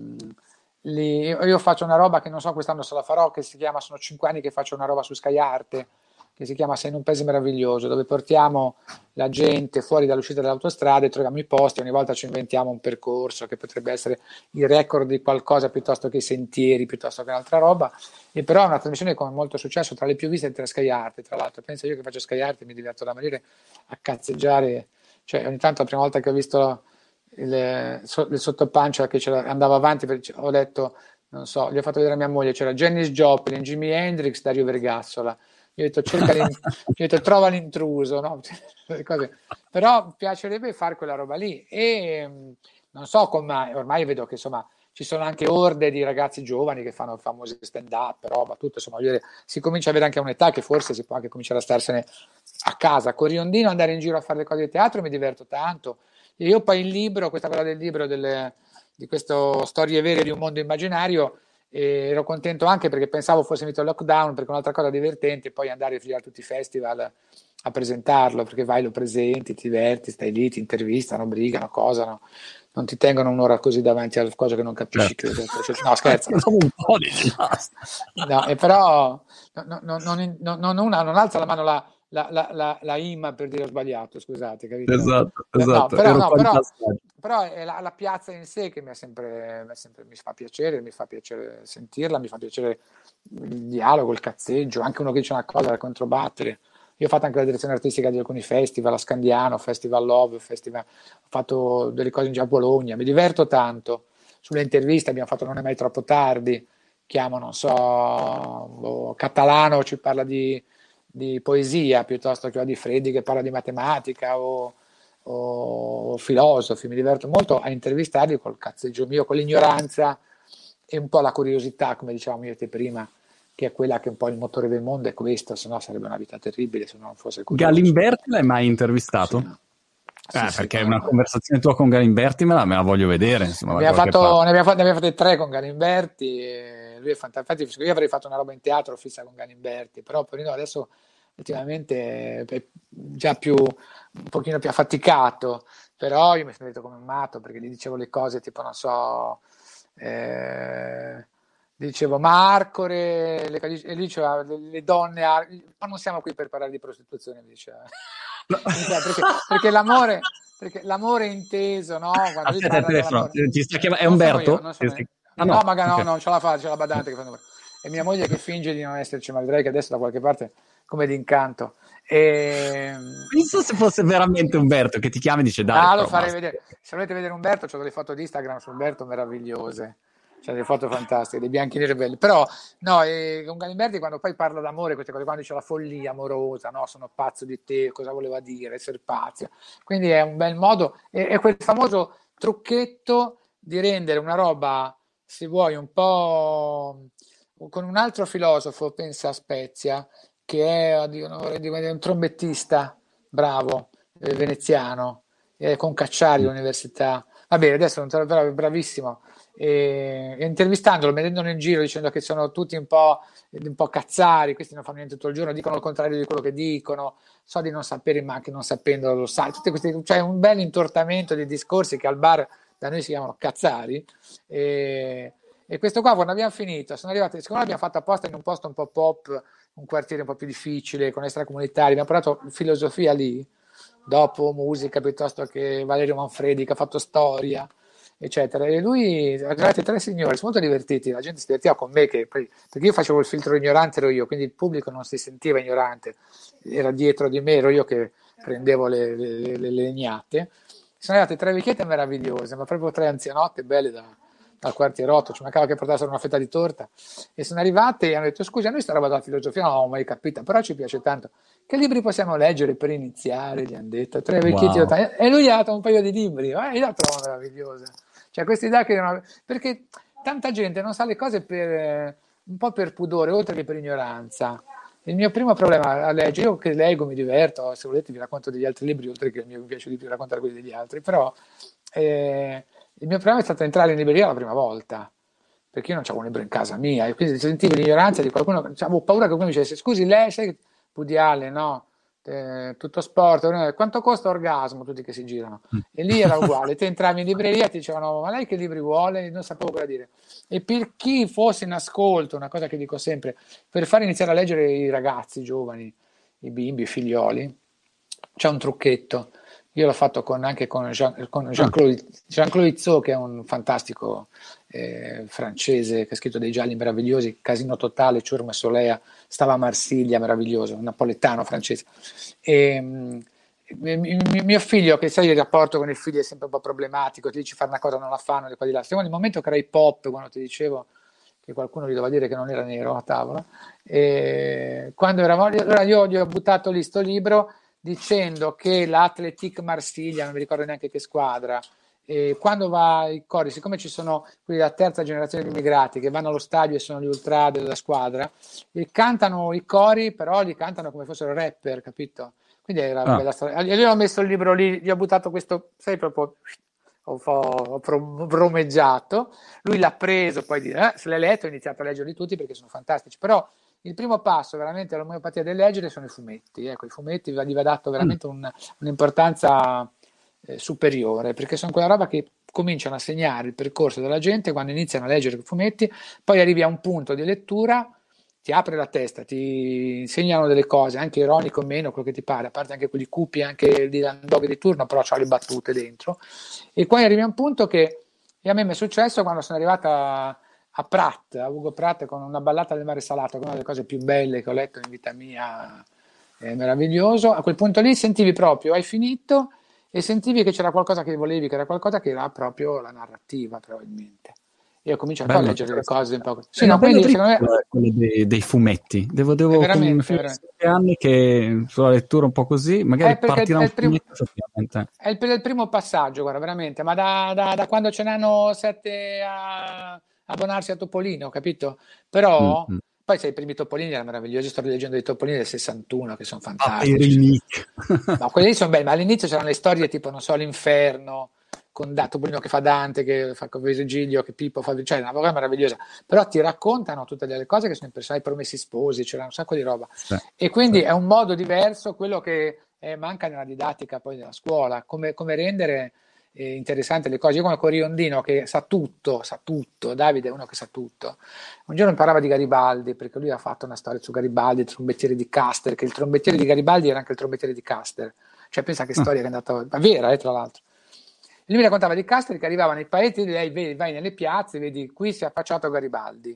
io faccio una roba che non so quest'anno se la farò, che si chiama, sono 5 anni che faccio una roba su Sky Arte che si chiama Sei in un paese meraviglioso, dove portiamo la gente fuori dall'uscita dell'autostrada e troviamo i posti, ogni volta ci inventiamo un percorso che potrebbe essere il record di qualcosa piuttosto che i sentieri, piuttosto che un'altra roba, e però è una trasmissione con molto successo, tra le più viste tra Sky Arte, tra l'altro. Pensa, io che faccio Sky Arte mi diverto da morire a cazzeggiare, cioè ogni tanto la prima volta che ho visto il sottopancia che andava avanti, ho letto, non so, gli ho fatto vedere a mia moglie, c'era Janis Joplin, Jimi Hendrix, Dario Vergassola. Io ho detto, trova l'intruso, no? Cose. Però mi piacerebbe fare quella roba lì e non so come, ormai vedo che insomma ci sono anche orde di ragazzi giovani che fanno famosi stand up, roba, tutto, insomma, si comincia a avere anche un'età che forse si può anche cominciare a starsene a casa, con Riondino, andare in giro a fare le cose di teatro mi diverto tanto. E io poi il libro, questa cosa del libro di questo Storie vere di un mondo immaginario, e ero contento anche perché pensavo fosse finito il lockdown, perché un'altra cosa divertente è poi andare a tutti i festival a presentarlo, perché vai, lo presenti, ti diverti, stai lì, ti intervistano, brigano, cosano, non ti tengono un'ora così davanti a cosa che non capisci. Certo. No, scherzo. No, e però non alza la mano la IMA per dire ho sbagliato, scusate, capito? Esatto. No, però è la piazza in sé che mi fa piacere sentirla, mi fa piacere il dialogo, il cazzeggio, anche uno che dice una cosa da controbattere. Io ho fatto anche la direzione artistica di alcuni festival, a Scandiano, Festival Love, ho fatto delle cose in già a Bologna, mi diverto tanto. Sulle interviste abbiamo fatto Non è mai troppo tardi, chiamo, non so, Catalano ci parla di poesia piuttosto che di Freddi che parla di matematica o filosofi. Mi diverto molto a intervistarli col cazzeggio mio, con l'ignoranza e un po' la curiosità, come dicevamo io e te prima, che è quella che è un po' il motore del mondo, è questo, se no sarebbe una vita terribile se non fosse curioso. Galimberti l'hai mai intervistato? Sì, perché una conversazione tua con Galimberti me la voglio vedere. Insomma, ne abbiamo fatte 3 con Galimberti, e lui è fantastico. Infatti, io avrei fatto una roba in teatro fissa con Galimberti, però adesso ultimamente è già un pochino più affaticato, però io mi sono detto come un matto perché gli dicevo le cose tipo, non so, dicevo Marcore, e lui diceva le donne, ma non siamo qui per parlare di prostituzione, mi diceva. perché l'amore inteso, no? Quando ti sta chiamando, è Umberto? No, magari okay. No, c'è la badante che fa numero. E mia moglie che finge di non esserci, ma vedrai che adesso da qualche parte come d'incanto. Penso se fosse veramente Umberto che ti chiama e dice dai. Lo farei vedere. Se volete vedere Umberto, c'ho delle foto di Instagram su Umberto meravigliose. C'è delle foto fantastiche, dei bianchi neri belli. Però, no, con Galimberti quando poi parla d'amore, queste cose, quando dice la follia amorosa, no, sono pazzo di te, cosa voleva dire, essere pazzo. Quindi è un bel modo, è quel famoso trucchetto di rendere una roba, se vuoi, un po' con un altro filosofo, pensa a Spezia, che è un trombettista bravo, veneziano, con Cacciari all'università. Va bene, adesso non te lo però è bravissimo. E intervistandolo, prendendolo in giro dicendo che sono tutti un po' cazzari, questi non fanno niente tutto il giorno, dicono il contrario di quello che dicono, so di non sapere ma anche non sapendo lo sai, cioè un bel intortamento di discorsi che al bar da noi si chiamano cazzari, e questo qua quando abbiamo finito sono arrivati, secondo me abbiamo fatto apposta in un posto un po' pop, un quartiere un po' più difficile, con extracomunitari, abbiamo parlato filosofia lì, dopo musica piuttosto che Valerio Manfredi che ha fatto storia eccetera, e lui arrivati 3 signori, sono molto divertiti, la gente si divertiva con me perché io facevo il filtro ignorante, ero io, quindi il pubblico non si sentiva ignorante, era dietro di me, ero io che prendevo le legnate. Sono arrivate 3 vecchiette meravigliose, ma proprio 3 anzianotte belle dal quartierotto, ci mancava che portassero una fetta di torta, e sono arrivate e hanno detto scusa, noi sta roba della filosofia non l'abbiamo mai capita, però ci piace tanto, che libri possiamo leggere per iniziare, gli hanno detto 3 vecchietti, e lui gli ha dato un paio di libri, io la trovo meravigliosa. Cioè questa idea perché tanta gente non sa le cose un po' per pudore, oltre che per ignoranza. Il mio primo problema a leggere, io che leggo mi diverto, se volete vi racconto degli altri libri, oltre che mi piace di più raccontare quelli degli altri, però il mio problema è stato entrare in libreria la prima volta, perché io non avevo un libro in casa mia, e quindi sentivo l'ignoranza di qualcuno, avevo paura che qualcuno mi dicesse, scusi lei, sai, Woody Allen, no? Tutto sport, quanto costa Orgasmo, tutti che si girano, e lì era uguale, te entravi in libreria e ti dicevano ma lei che libri vuole? Non sapevo cosa dire, e per chi fosse in ascolto, una cosa che dico sempre, per far iniziare a leggere i ragazzi, i giovani, i bimbi, i figlioli, c'è un trucchetto, io l'ho fatto anche con Jean-Claude Izzot, che è un fantastico francese che ha scritto dei gialli meravigliosi, Casino Totale, Ciurma e Solea, Stava a Marsiglia, meraviglioso, un napoletano francese. Mio figlio, che sai il rapporto con il figlio è sempre un po' problematico, ti dici fare una cosa non la fanno, di qua di là. Siamo nel momento che era hip hop, quando ti dicevo che qualcuno gli doveva dire che non era nero a tavola, e quando eravamo, allora io gli ho buttato lì sto libro dicendo che l'Athletic Marsiglia, non mi ricordo neanche che squadra, quando va ai cori, siccome ci sono quelli della terza generazione di immigrati che vanno allo stadio e sono gli ultra della squadra e cantano i cori, però li cantano come fossero rapper, capito? Quindi era una bella storia. Io ho messo il libro lì, gli ho buttato questo, sai, proprio ho bromeggiato, lui l'ha preso, poi se l'ha letto, ho iniziato a leggerli tutti perché sono fantastici, però il primo passo veramente all'omeopatia del leggere sono i fumetti, ecco, i fumetti gli va dato veramente un'importanza superiore, perché sono quella roba che cominciano a segnare il percorso della gente quando iniziano a leggere i fumetti, poi arrivi a un punto di lettura, ti apre la testa, ti insegnano delle cose, anche ironico o meno, quello che ti pare, a parte anche quelli cupi, anche di Landog di turno, però c'ha le battute dentro, e poi arrivi a un punto che, e a me mi è successo quando sono arrivata a Pratt, a Ugo Pratt, con Una ballata del mare salato, che è una delle cose più belle che ho letto in vita mia, è meraviglioso. A quel punto lì sentivi proprio, hai finito, e sentivi che c'era qualcosa che volevi, che era qualcosa che era proprio la narrativa, probabilmente. Io ho cominciato a leggere le cose un po'. Sì, no, quindi secondo me quello dei fumetti. Devo con 7 anni che sulla lettura un po' così, magari partirà un fumetto effettivamente. È il primo passaggio, guarda, veramente, ma da quando ce n'hanno 7 a abbonarsi a Topolino, capito? Però poi sai, i primi Topolini erano meravigliosi, sto rileggendo dei Topolini del 61 che sono fantastici. No, quelli lì sono belli, ma all'inizio c'erano le storie tipo, non so, l'Inferno, con Topolino che fa Dante, che fa Virgilio, che Pippo fa, cioè una cosa meravigliosa, però ti raccontano tutte delle cose che sono impressionanti, i Promessi Sposi, c'era un sacco di roba, e quindi è un modo diverso quello che manca nella didattica poi della scuola, come rendere interessante le cose. Io come Coriondino che sa tutto, Davide è uno che sa tutto. Un giorno mi parlava di Garibaldi, perché lui ha fatto una storia su Garibaldi, il trombettiere di Custer, che il trombettiere di Garibaldi era anche il trombettiere di Custer, cioè pensa che storia che è andata, ma vera tra l'altro. E lui mi raccontava di Custer che arrivava nei paesi, lei vai nelle piazze, vedi qui si è affacciato Garibaldi,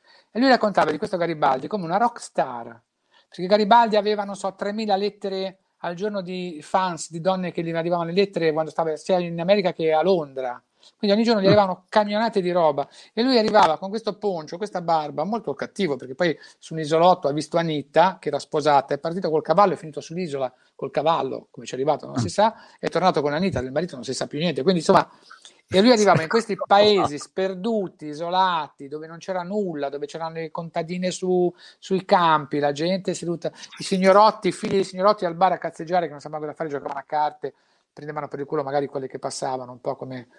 e lui raccontava di questo Garibaldi come una rock star, perché Garibaldi aveva, non so, 3.000 lettere al giorno di fans, di donne che gli arrivavano le lettere quando stava sia in America che a Londra, quindi ogni giorno gli arrivavano camionate di roba, e lui arrivava con questo poncio, questa barba, molto cattivo, perché poi su un isolotto ha visto Anita che era sposata, è partito col cavallo, è finito sull'isola col cavallo, come ci è arrivato non si sa, è tornato con Anita, del marito non si sa più niente, quindi insomma, e lui arrivava in questi paesi sperduti, isolati, dove non c'era nulla, dove c'erano le contadine sui campi, la gente seduta, i signorotti, i figli dei signorotti al bar a cazzeggiare che non sapevano cosa fare, giocavano a carte, prendevano per il culo magari quelle che passavano, un po' come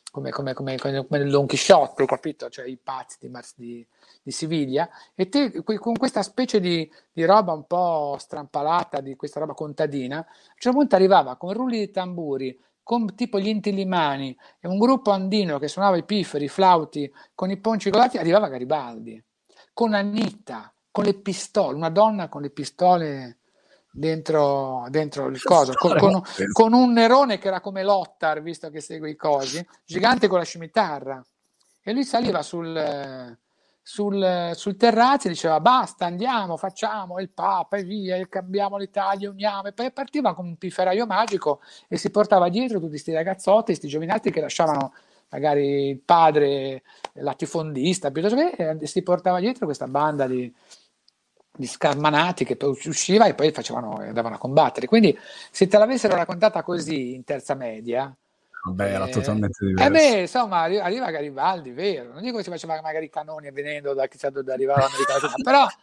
nel Don Chisciotte, capito? Cioè i pazzi di Siviglia, e te con questa specie di roba un po' strampalata, di questa roba contadina, a un certo punto arrivava con rulli di tamburi, con tipo gli Inti-Illimani e un gruppo andino che suonava i pifferi, i flauti, con i ponci colorati, arrivava Garibaldi, con Anita, con le pistole, una donna con le pistole dentro il coso, con un Nerone che era come Lottar, visto che segue i cosi, gigante con la scimitarra, e lui saliva sul terrazzo e diceva basta, andiamo, facciamo il Papa e via, e cambiamo l'Italia, uniamo, e poi partiva come un pifferaio magico e si portava dietro tutti questi ragazzotti, questi giovinetti che lasciavano magari il padre latifondista, e si portava dietro questa banda di scarmanati che poi usciva e poi andavano a combattere. Quindi se te l'avessero raccontata così in terza media, era totalmente diverso. Insomma, arriva Garibaldi, vero? Non dico che si faceva magari i canoni avvenendo da chissà dove arrivava l'americano, però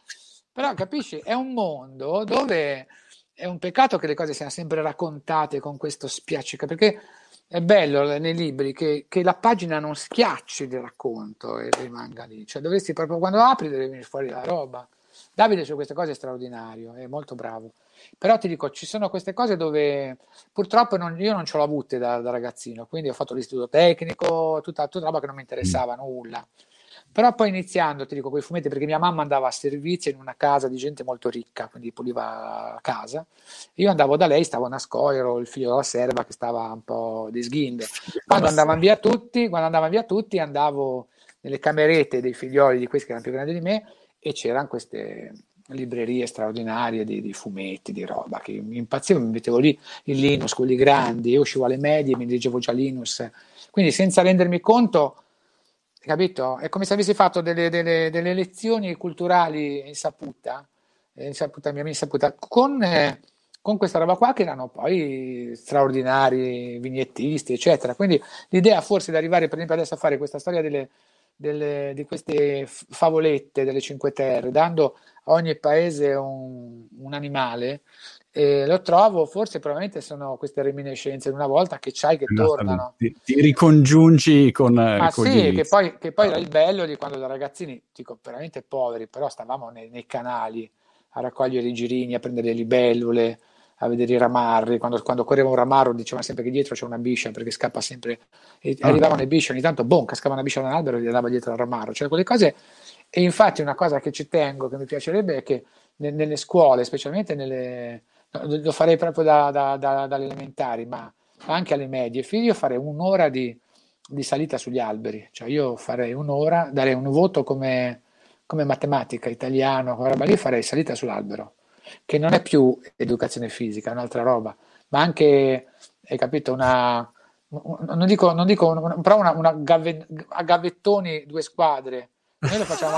Però capisci, è un mondo dove è un peccato che le cose siano sempre raccontate con questo spiaccica, perché è bello nei libri che la pagina non schiacci di racconto e rimanga lì, cioè dovresti proprio, quando apri deve venire fuori la roba. Davide su queste cose è straordinario, è molto bravo. Però ti dico, ci sono queste cose dove purtroppo io non ce l'ho avute da ragazzino, quindi ho fatto l'istituto tecnico, tutta roba che non mi interessava nulla. Però poi iniziando, ti dico, quei fumetti, perché mia mamma andava a servizio in una casa di gente molto ricca, quindi puliva la casa. Io andavo da lei, stavo a nascosto, ero il figlio della serva che stava un po' di sghinde. Quando andavano via tutti, andavo nelle camerette dei figlioli di questi che erano più grandi di me e c'erano queste librerie straordinarie di fumetti, di roba, che mi impazzivo, mi mettevo lì il Linus, quelli grandi, io uscivo alle medie, mi leggevo già Linus, quindi senza rendermi conto, capito? È come se avessi fatto delle lezioni culturali insaputa mia insaputa, con questa roba qua che erano poi straordinari vignettisti, eccetera. Quindi l'idea forse di arrivare, per esempio, adesso a fare questa storia di queste favolette delle Cinque Terre, dando a ogni paese un animale, lo trovo, forse probabilmente sono queste reminiscenze di una volta che c'hai che tornano. Ti ricongiungi con Sì, gli che poi era il bello di quando da ragazzini, dico, veramente poveri, però stavamo nei canali a raccogliere i girini, a prendere le libellule, a vedere i ramarri. Quando correva un ramarro diceva sempre che dietro c'è una biscia perché scappa sempre. E arrivavano le bisce, ogni tanto, boom, cascava una biscia da un albero e gli andava dietro al ramarro. Cioè quelle cose. E infatti una cosa che ci tengo, che mi piacerebbe, è che nelle scuole, specialmente lo farei proprio dalle elementari, ma anche alle medie, io farei un'ora di salita sugli alberi. Cioè io farei un'ora, darei un voto come matematica, italiano, quella roba lì, farei salita sull'albero, che non è più educazione fisica, è un'altra roba, ma anche, hai capito, non dico, però a gavettoni 2 squadre. Noi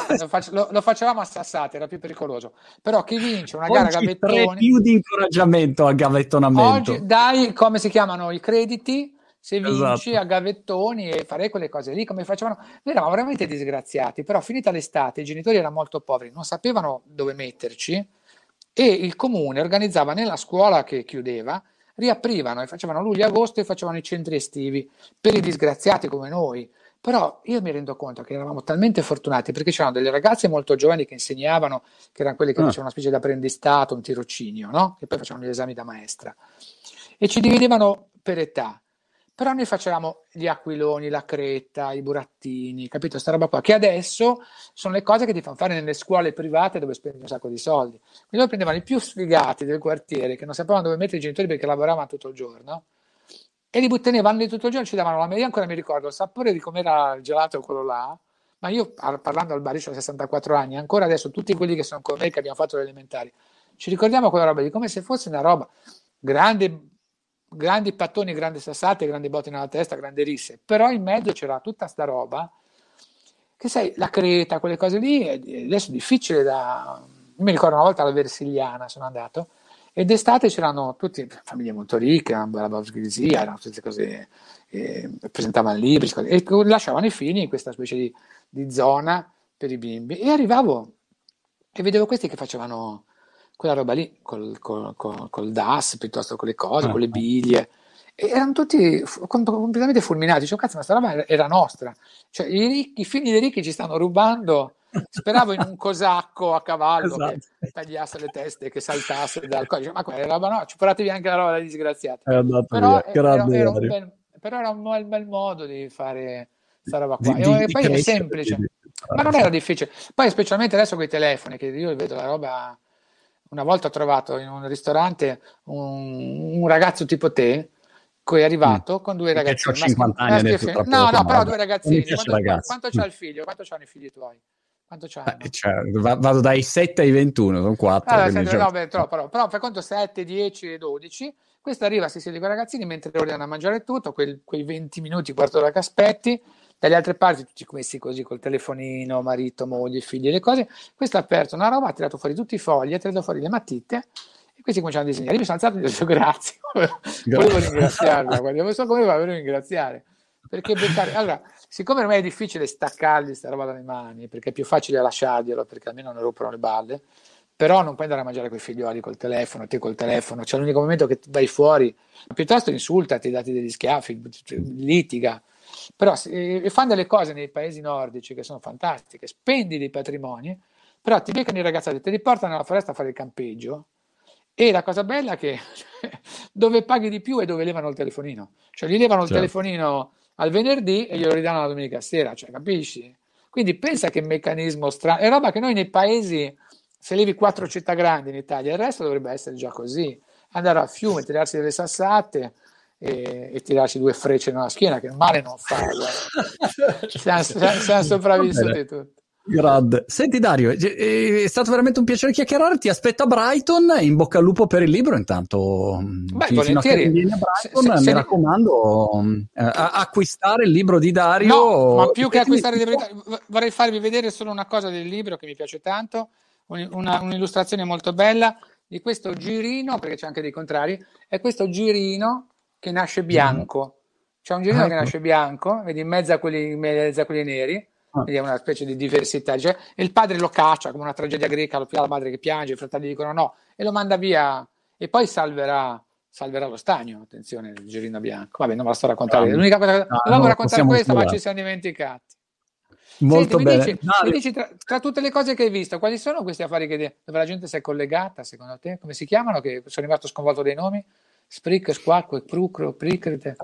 lo facevamo a sassate, era più pericoloso. Però chi vince una gara a gavettoni... 3 più di incoraggiamento al gavettonamento. Oggi dai, come si chiamano, i crediti, se vinci a gavettoni, e farei quelle cose lì come facevano. Noi eravamo veramente disgraziati, però finita l'estate i genitori erano molto poveri, non sapevano dove metterci e il comune organizzava nella scuola che chiudeva, riaprivano e facevano luglio-agosto e facevano i centri estivi per i disgraziati come noi. Però io mi rendo conto che eravamo talmente fortunati perché c'erano delle ragazze molto giovani che insegnavano, che erano quelle che facevano una specie di apprendistato, un tirocinio, no? Che poi facevano gli esami da maestra. E ci dividevano per età. Però noi facevamo gli aquiloni, la creta, i burattini, capito? Sta roba qua, che adesso sono le cose che ti fanno fare nelle scuole private dove spendi un sacco di soldi. Quindi loro prendevano i più sfigati del quartiere, che non sapevano dove mettere i genitori perché lavoravano tutto il giorno, e li tenevano lì tutto il giorno, ci davano la media. Ancora mi ricordo il sapore di com'era il gelato quello là, ma io parlando al bariccio a 64 anni, ancora adesso tutti quelli che sono con me, che abbiamo fatto le elementari, ci ricordiamo quella roba lì come se fosse una roba grandi pattoni, grandi sassate, grandi botti nella testa, grandi risse, però in mezzo c'era tutta sta roba che sai, la creta, quelle cose lì, adesso è difficile da... Io mi ricordo una volta alla Versigliana sono andato ed d'estate c'erano tutte famiglie molto ricche, una bella borghesia, erano tutte cose, presentavano libri e lasciavano i figli in questa specie di zona per i bimbi e arrivavo e vedevo questi che facevano quella roba lì col DAS piuttosto con le cose, con le biglie, e erano tutti completamente fulminati. Dicevo, cazzo, ma sta roba era nostra, cioè i figli dei ricchi ci stanno rubando. Speravo in un cosacco a cavallo che tagliasse le teste, che saltasse dal codice, ma quella roba no, ci portatevi anche la roba da disgraziati. Però era un bel modo di fare sta roba qua. E poi è semplice, ma non era difficile. Poi specialmente adesso con i telefoni, che io vedo la roba. Una volta ho trovato in un ristorante un ragazzo tipo te, che è arrivato con 2 ragazzini. Ho 50 anni adesso, no, però 2 ragazzini. Quanto c'ha il figlio? Quanto c'hanno i figli tuoi? Quanto c'hanno? Vado dai 7 ai 21, sono 4. Però fai conto 7, 10 e 12. Questo arriva, si siede con i ragazzini mentre ordinano a mangiare tutto, quei 20 minuti, quarto d'ora che aspetti. Dalle altre parti tutti messi così col telefonino, marito, moglie, figli e le cose. Questo ha aperto una roba, ha tirato fuori tutti i fogli, ha tirato fuori le matite e questi cominciano a disegnare. Io mi sono alzato e gli ho detto grazie. Volevo ringraziarla, non so come volevo ringraziare. Perché allora, siccome ormai è difficile staccargli questa roba dalle mani, perché è più facile lasciarglielo, perché almeno non rompono le balle, però non puoi andare a mangiare con i figlioli col telefono, te col telefono, c'è l'unico momento che vai fuori, piuttosto insultati, dati degli schiaffi, litiga. Però fanno delle cose nei paesi nordici che sono fantastiche, spendi dei patrimoni, però ti beccano i ragazzi, te li portano alla foresta a fare il campeggio, e la cosa bella è che dove paghi di più è dove levano il telefonino, cioè gli levano il telefonino al venerdì e glielo ridanno la domenica sera, cioè, capisci? Quindi pensa che meccanismo strano, è roba che noi nei paesi, se levi 4 città grandi in Italia, il resto dovrebbe essere già così, andare al fiume, tirarsi delle sassate e tirarsi 2 frecce nella schiena, che male non fa. Siamo sopravvissuti tutti. Grande. Senti Dario, è stato veramente un piacere chiacchierare, ti aspetto a Brighton, in bocca al lupo per il libro intanto. Fino a che vieni a Brighton, mi raccomando, acquistare il libro di Dario. No, ma più che acquistare il libro, vorrei farvi vedere solo una cosa del libro che mi piace tanto, un'illustrazione molto bella di questo girino, perché c'è anche dei contrari, è questo girino che nasce bianco. C'è un girino che nasce bianco, vedi, in mezzo a quelli neri. Quindi è una specie di diversità, cioè, e il padre lo caccia come una tragedia greca, lo la madre che piange, i fratelli dicono no e lo manda via, e poi salverà lo stagno. Attenzione, il girino bianco. Vabbè, non me la sto raccontando, l'unica cosa dovevamo raccontare questa, ma ci siamo dimenticati. Molto bene. Mi dici tra tutte le cose che hai visto, quali sono questi affari dove la gente si è collegata, secondo te? Come si chiamano? Che sono rimasto sconvolto dei nomi? Sprick, Squacco, Prucro, Prickret.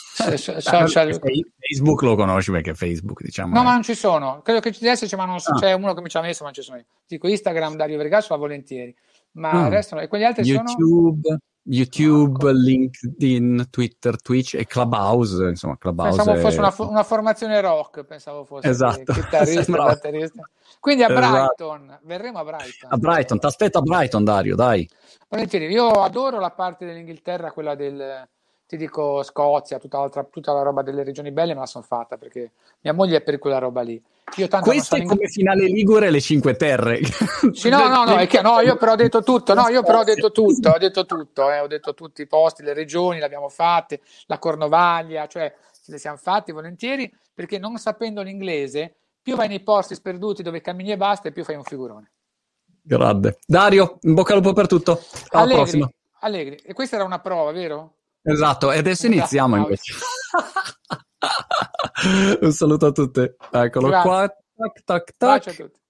Facebook lo conosci perché Facebook, diciamo. No, ma non ci sono. Credo che adesso c'è uno che mi ci ha messo, ma non ci sono io. Dico Instagram, Dario Vergasio, fa volentieri. Ma il resto no. E quegli altri YouTube, LinkedIn, Twitter, Twitch e Clubhouse. Insomma, Clubhouse pensavo fosse una formazione rock, pensavo fosse esatto. Chitarrista, batterista. Quindi a Brighton, verremo a Brighton. A Brighton, ti aspetto a Brighton, Dario, dai. Volentieri, io adoro la parte dell'Inghilterra, quella ti dico Scozia, tutta la roba delle regioni belle me la sono fatta perché mia moglie è per quella roba lì. Io tanto questo è come finale Ligure le Cinque Terre. Sì, io però ho detto tutto, ho detto tutti i posti, le regioni, le abbiamo fatte, la Cornovaglia, cioè ce le siamo fatti volentieri, perché non sapendo l'inglese, più vai nei posti sperduti dove cammini e basta e più fai un figurone. Grande. Dario, in bocca al lupo per tutto. Alla prossima. Allegri. E questa era una prova, vero? Esatto, e adesso iniziamo invece. Un saluto a tutti. Eccolo qua. Tac, tac, tac. Bacio a tutti.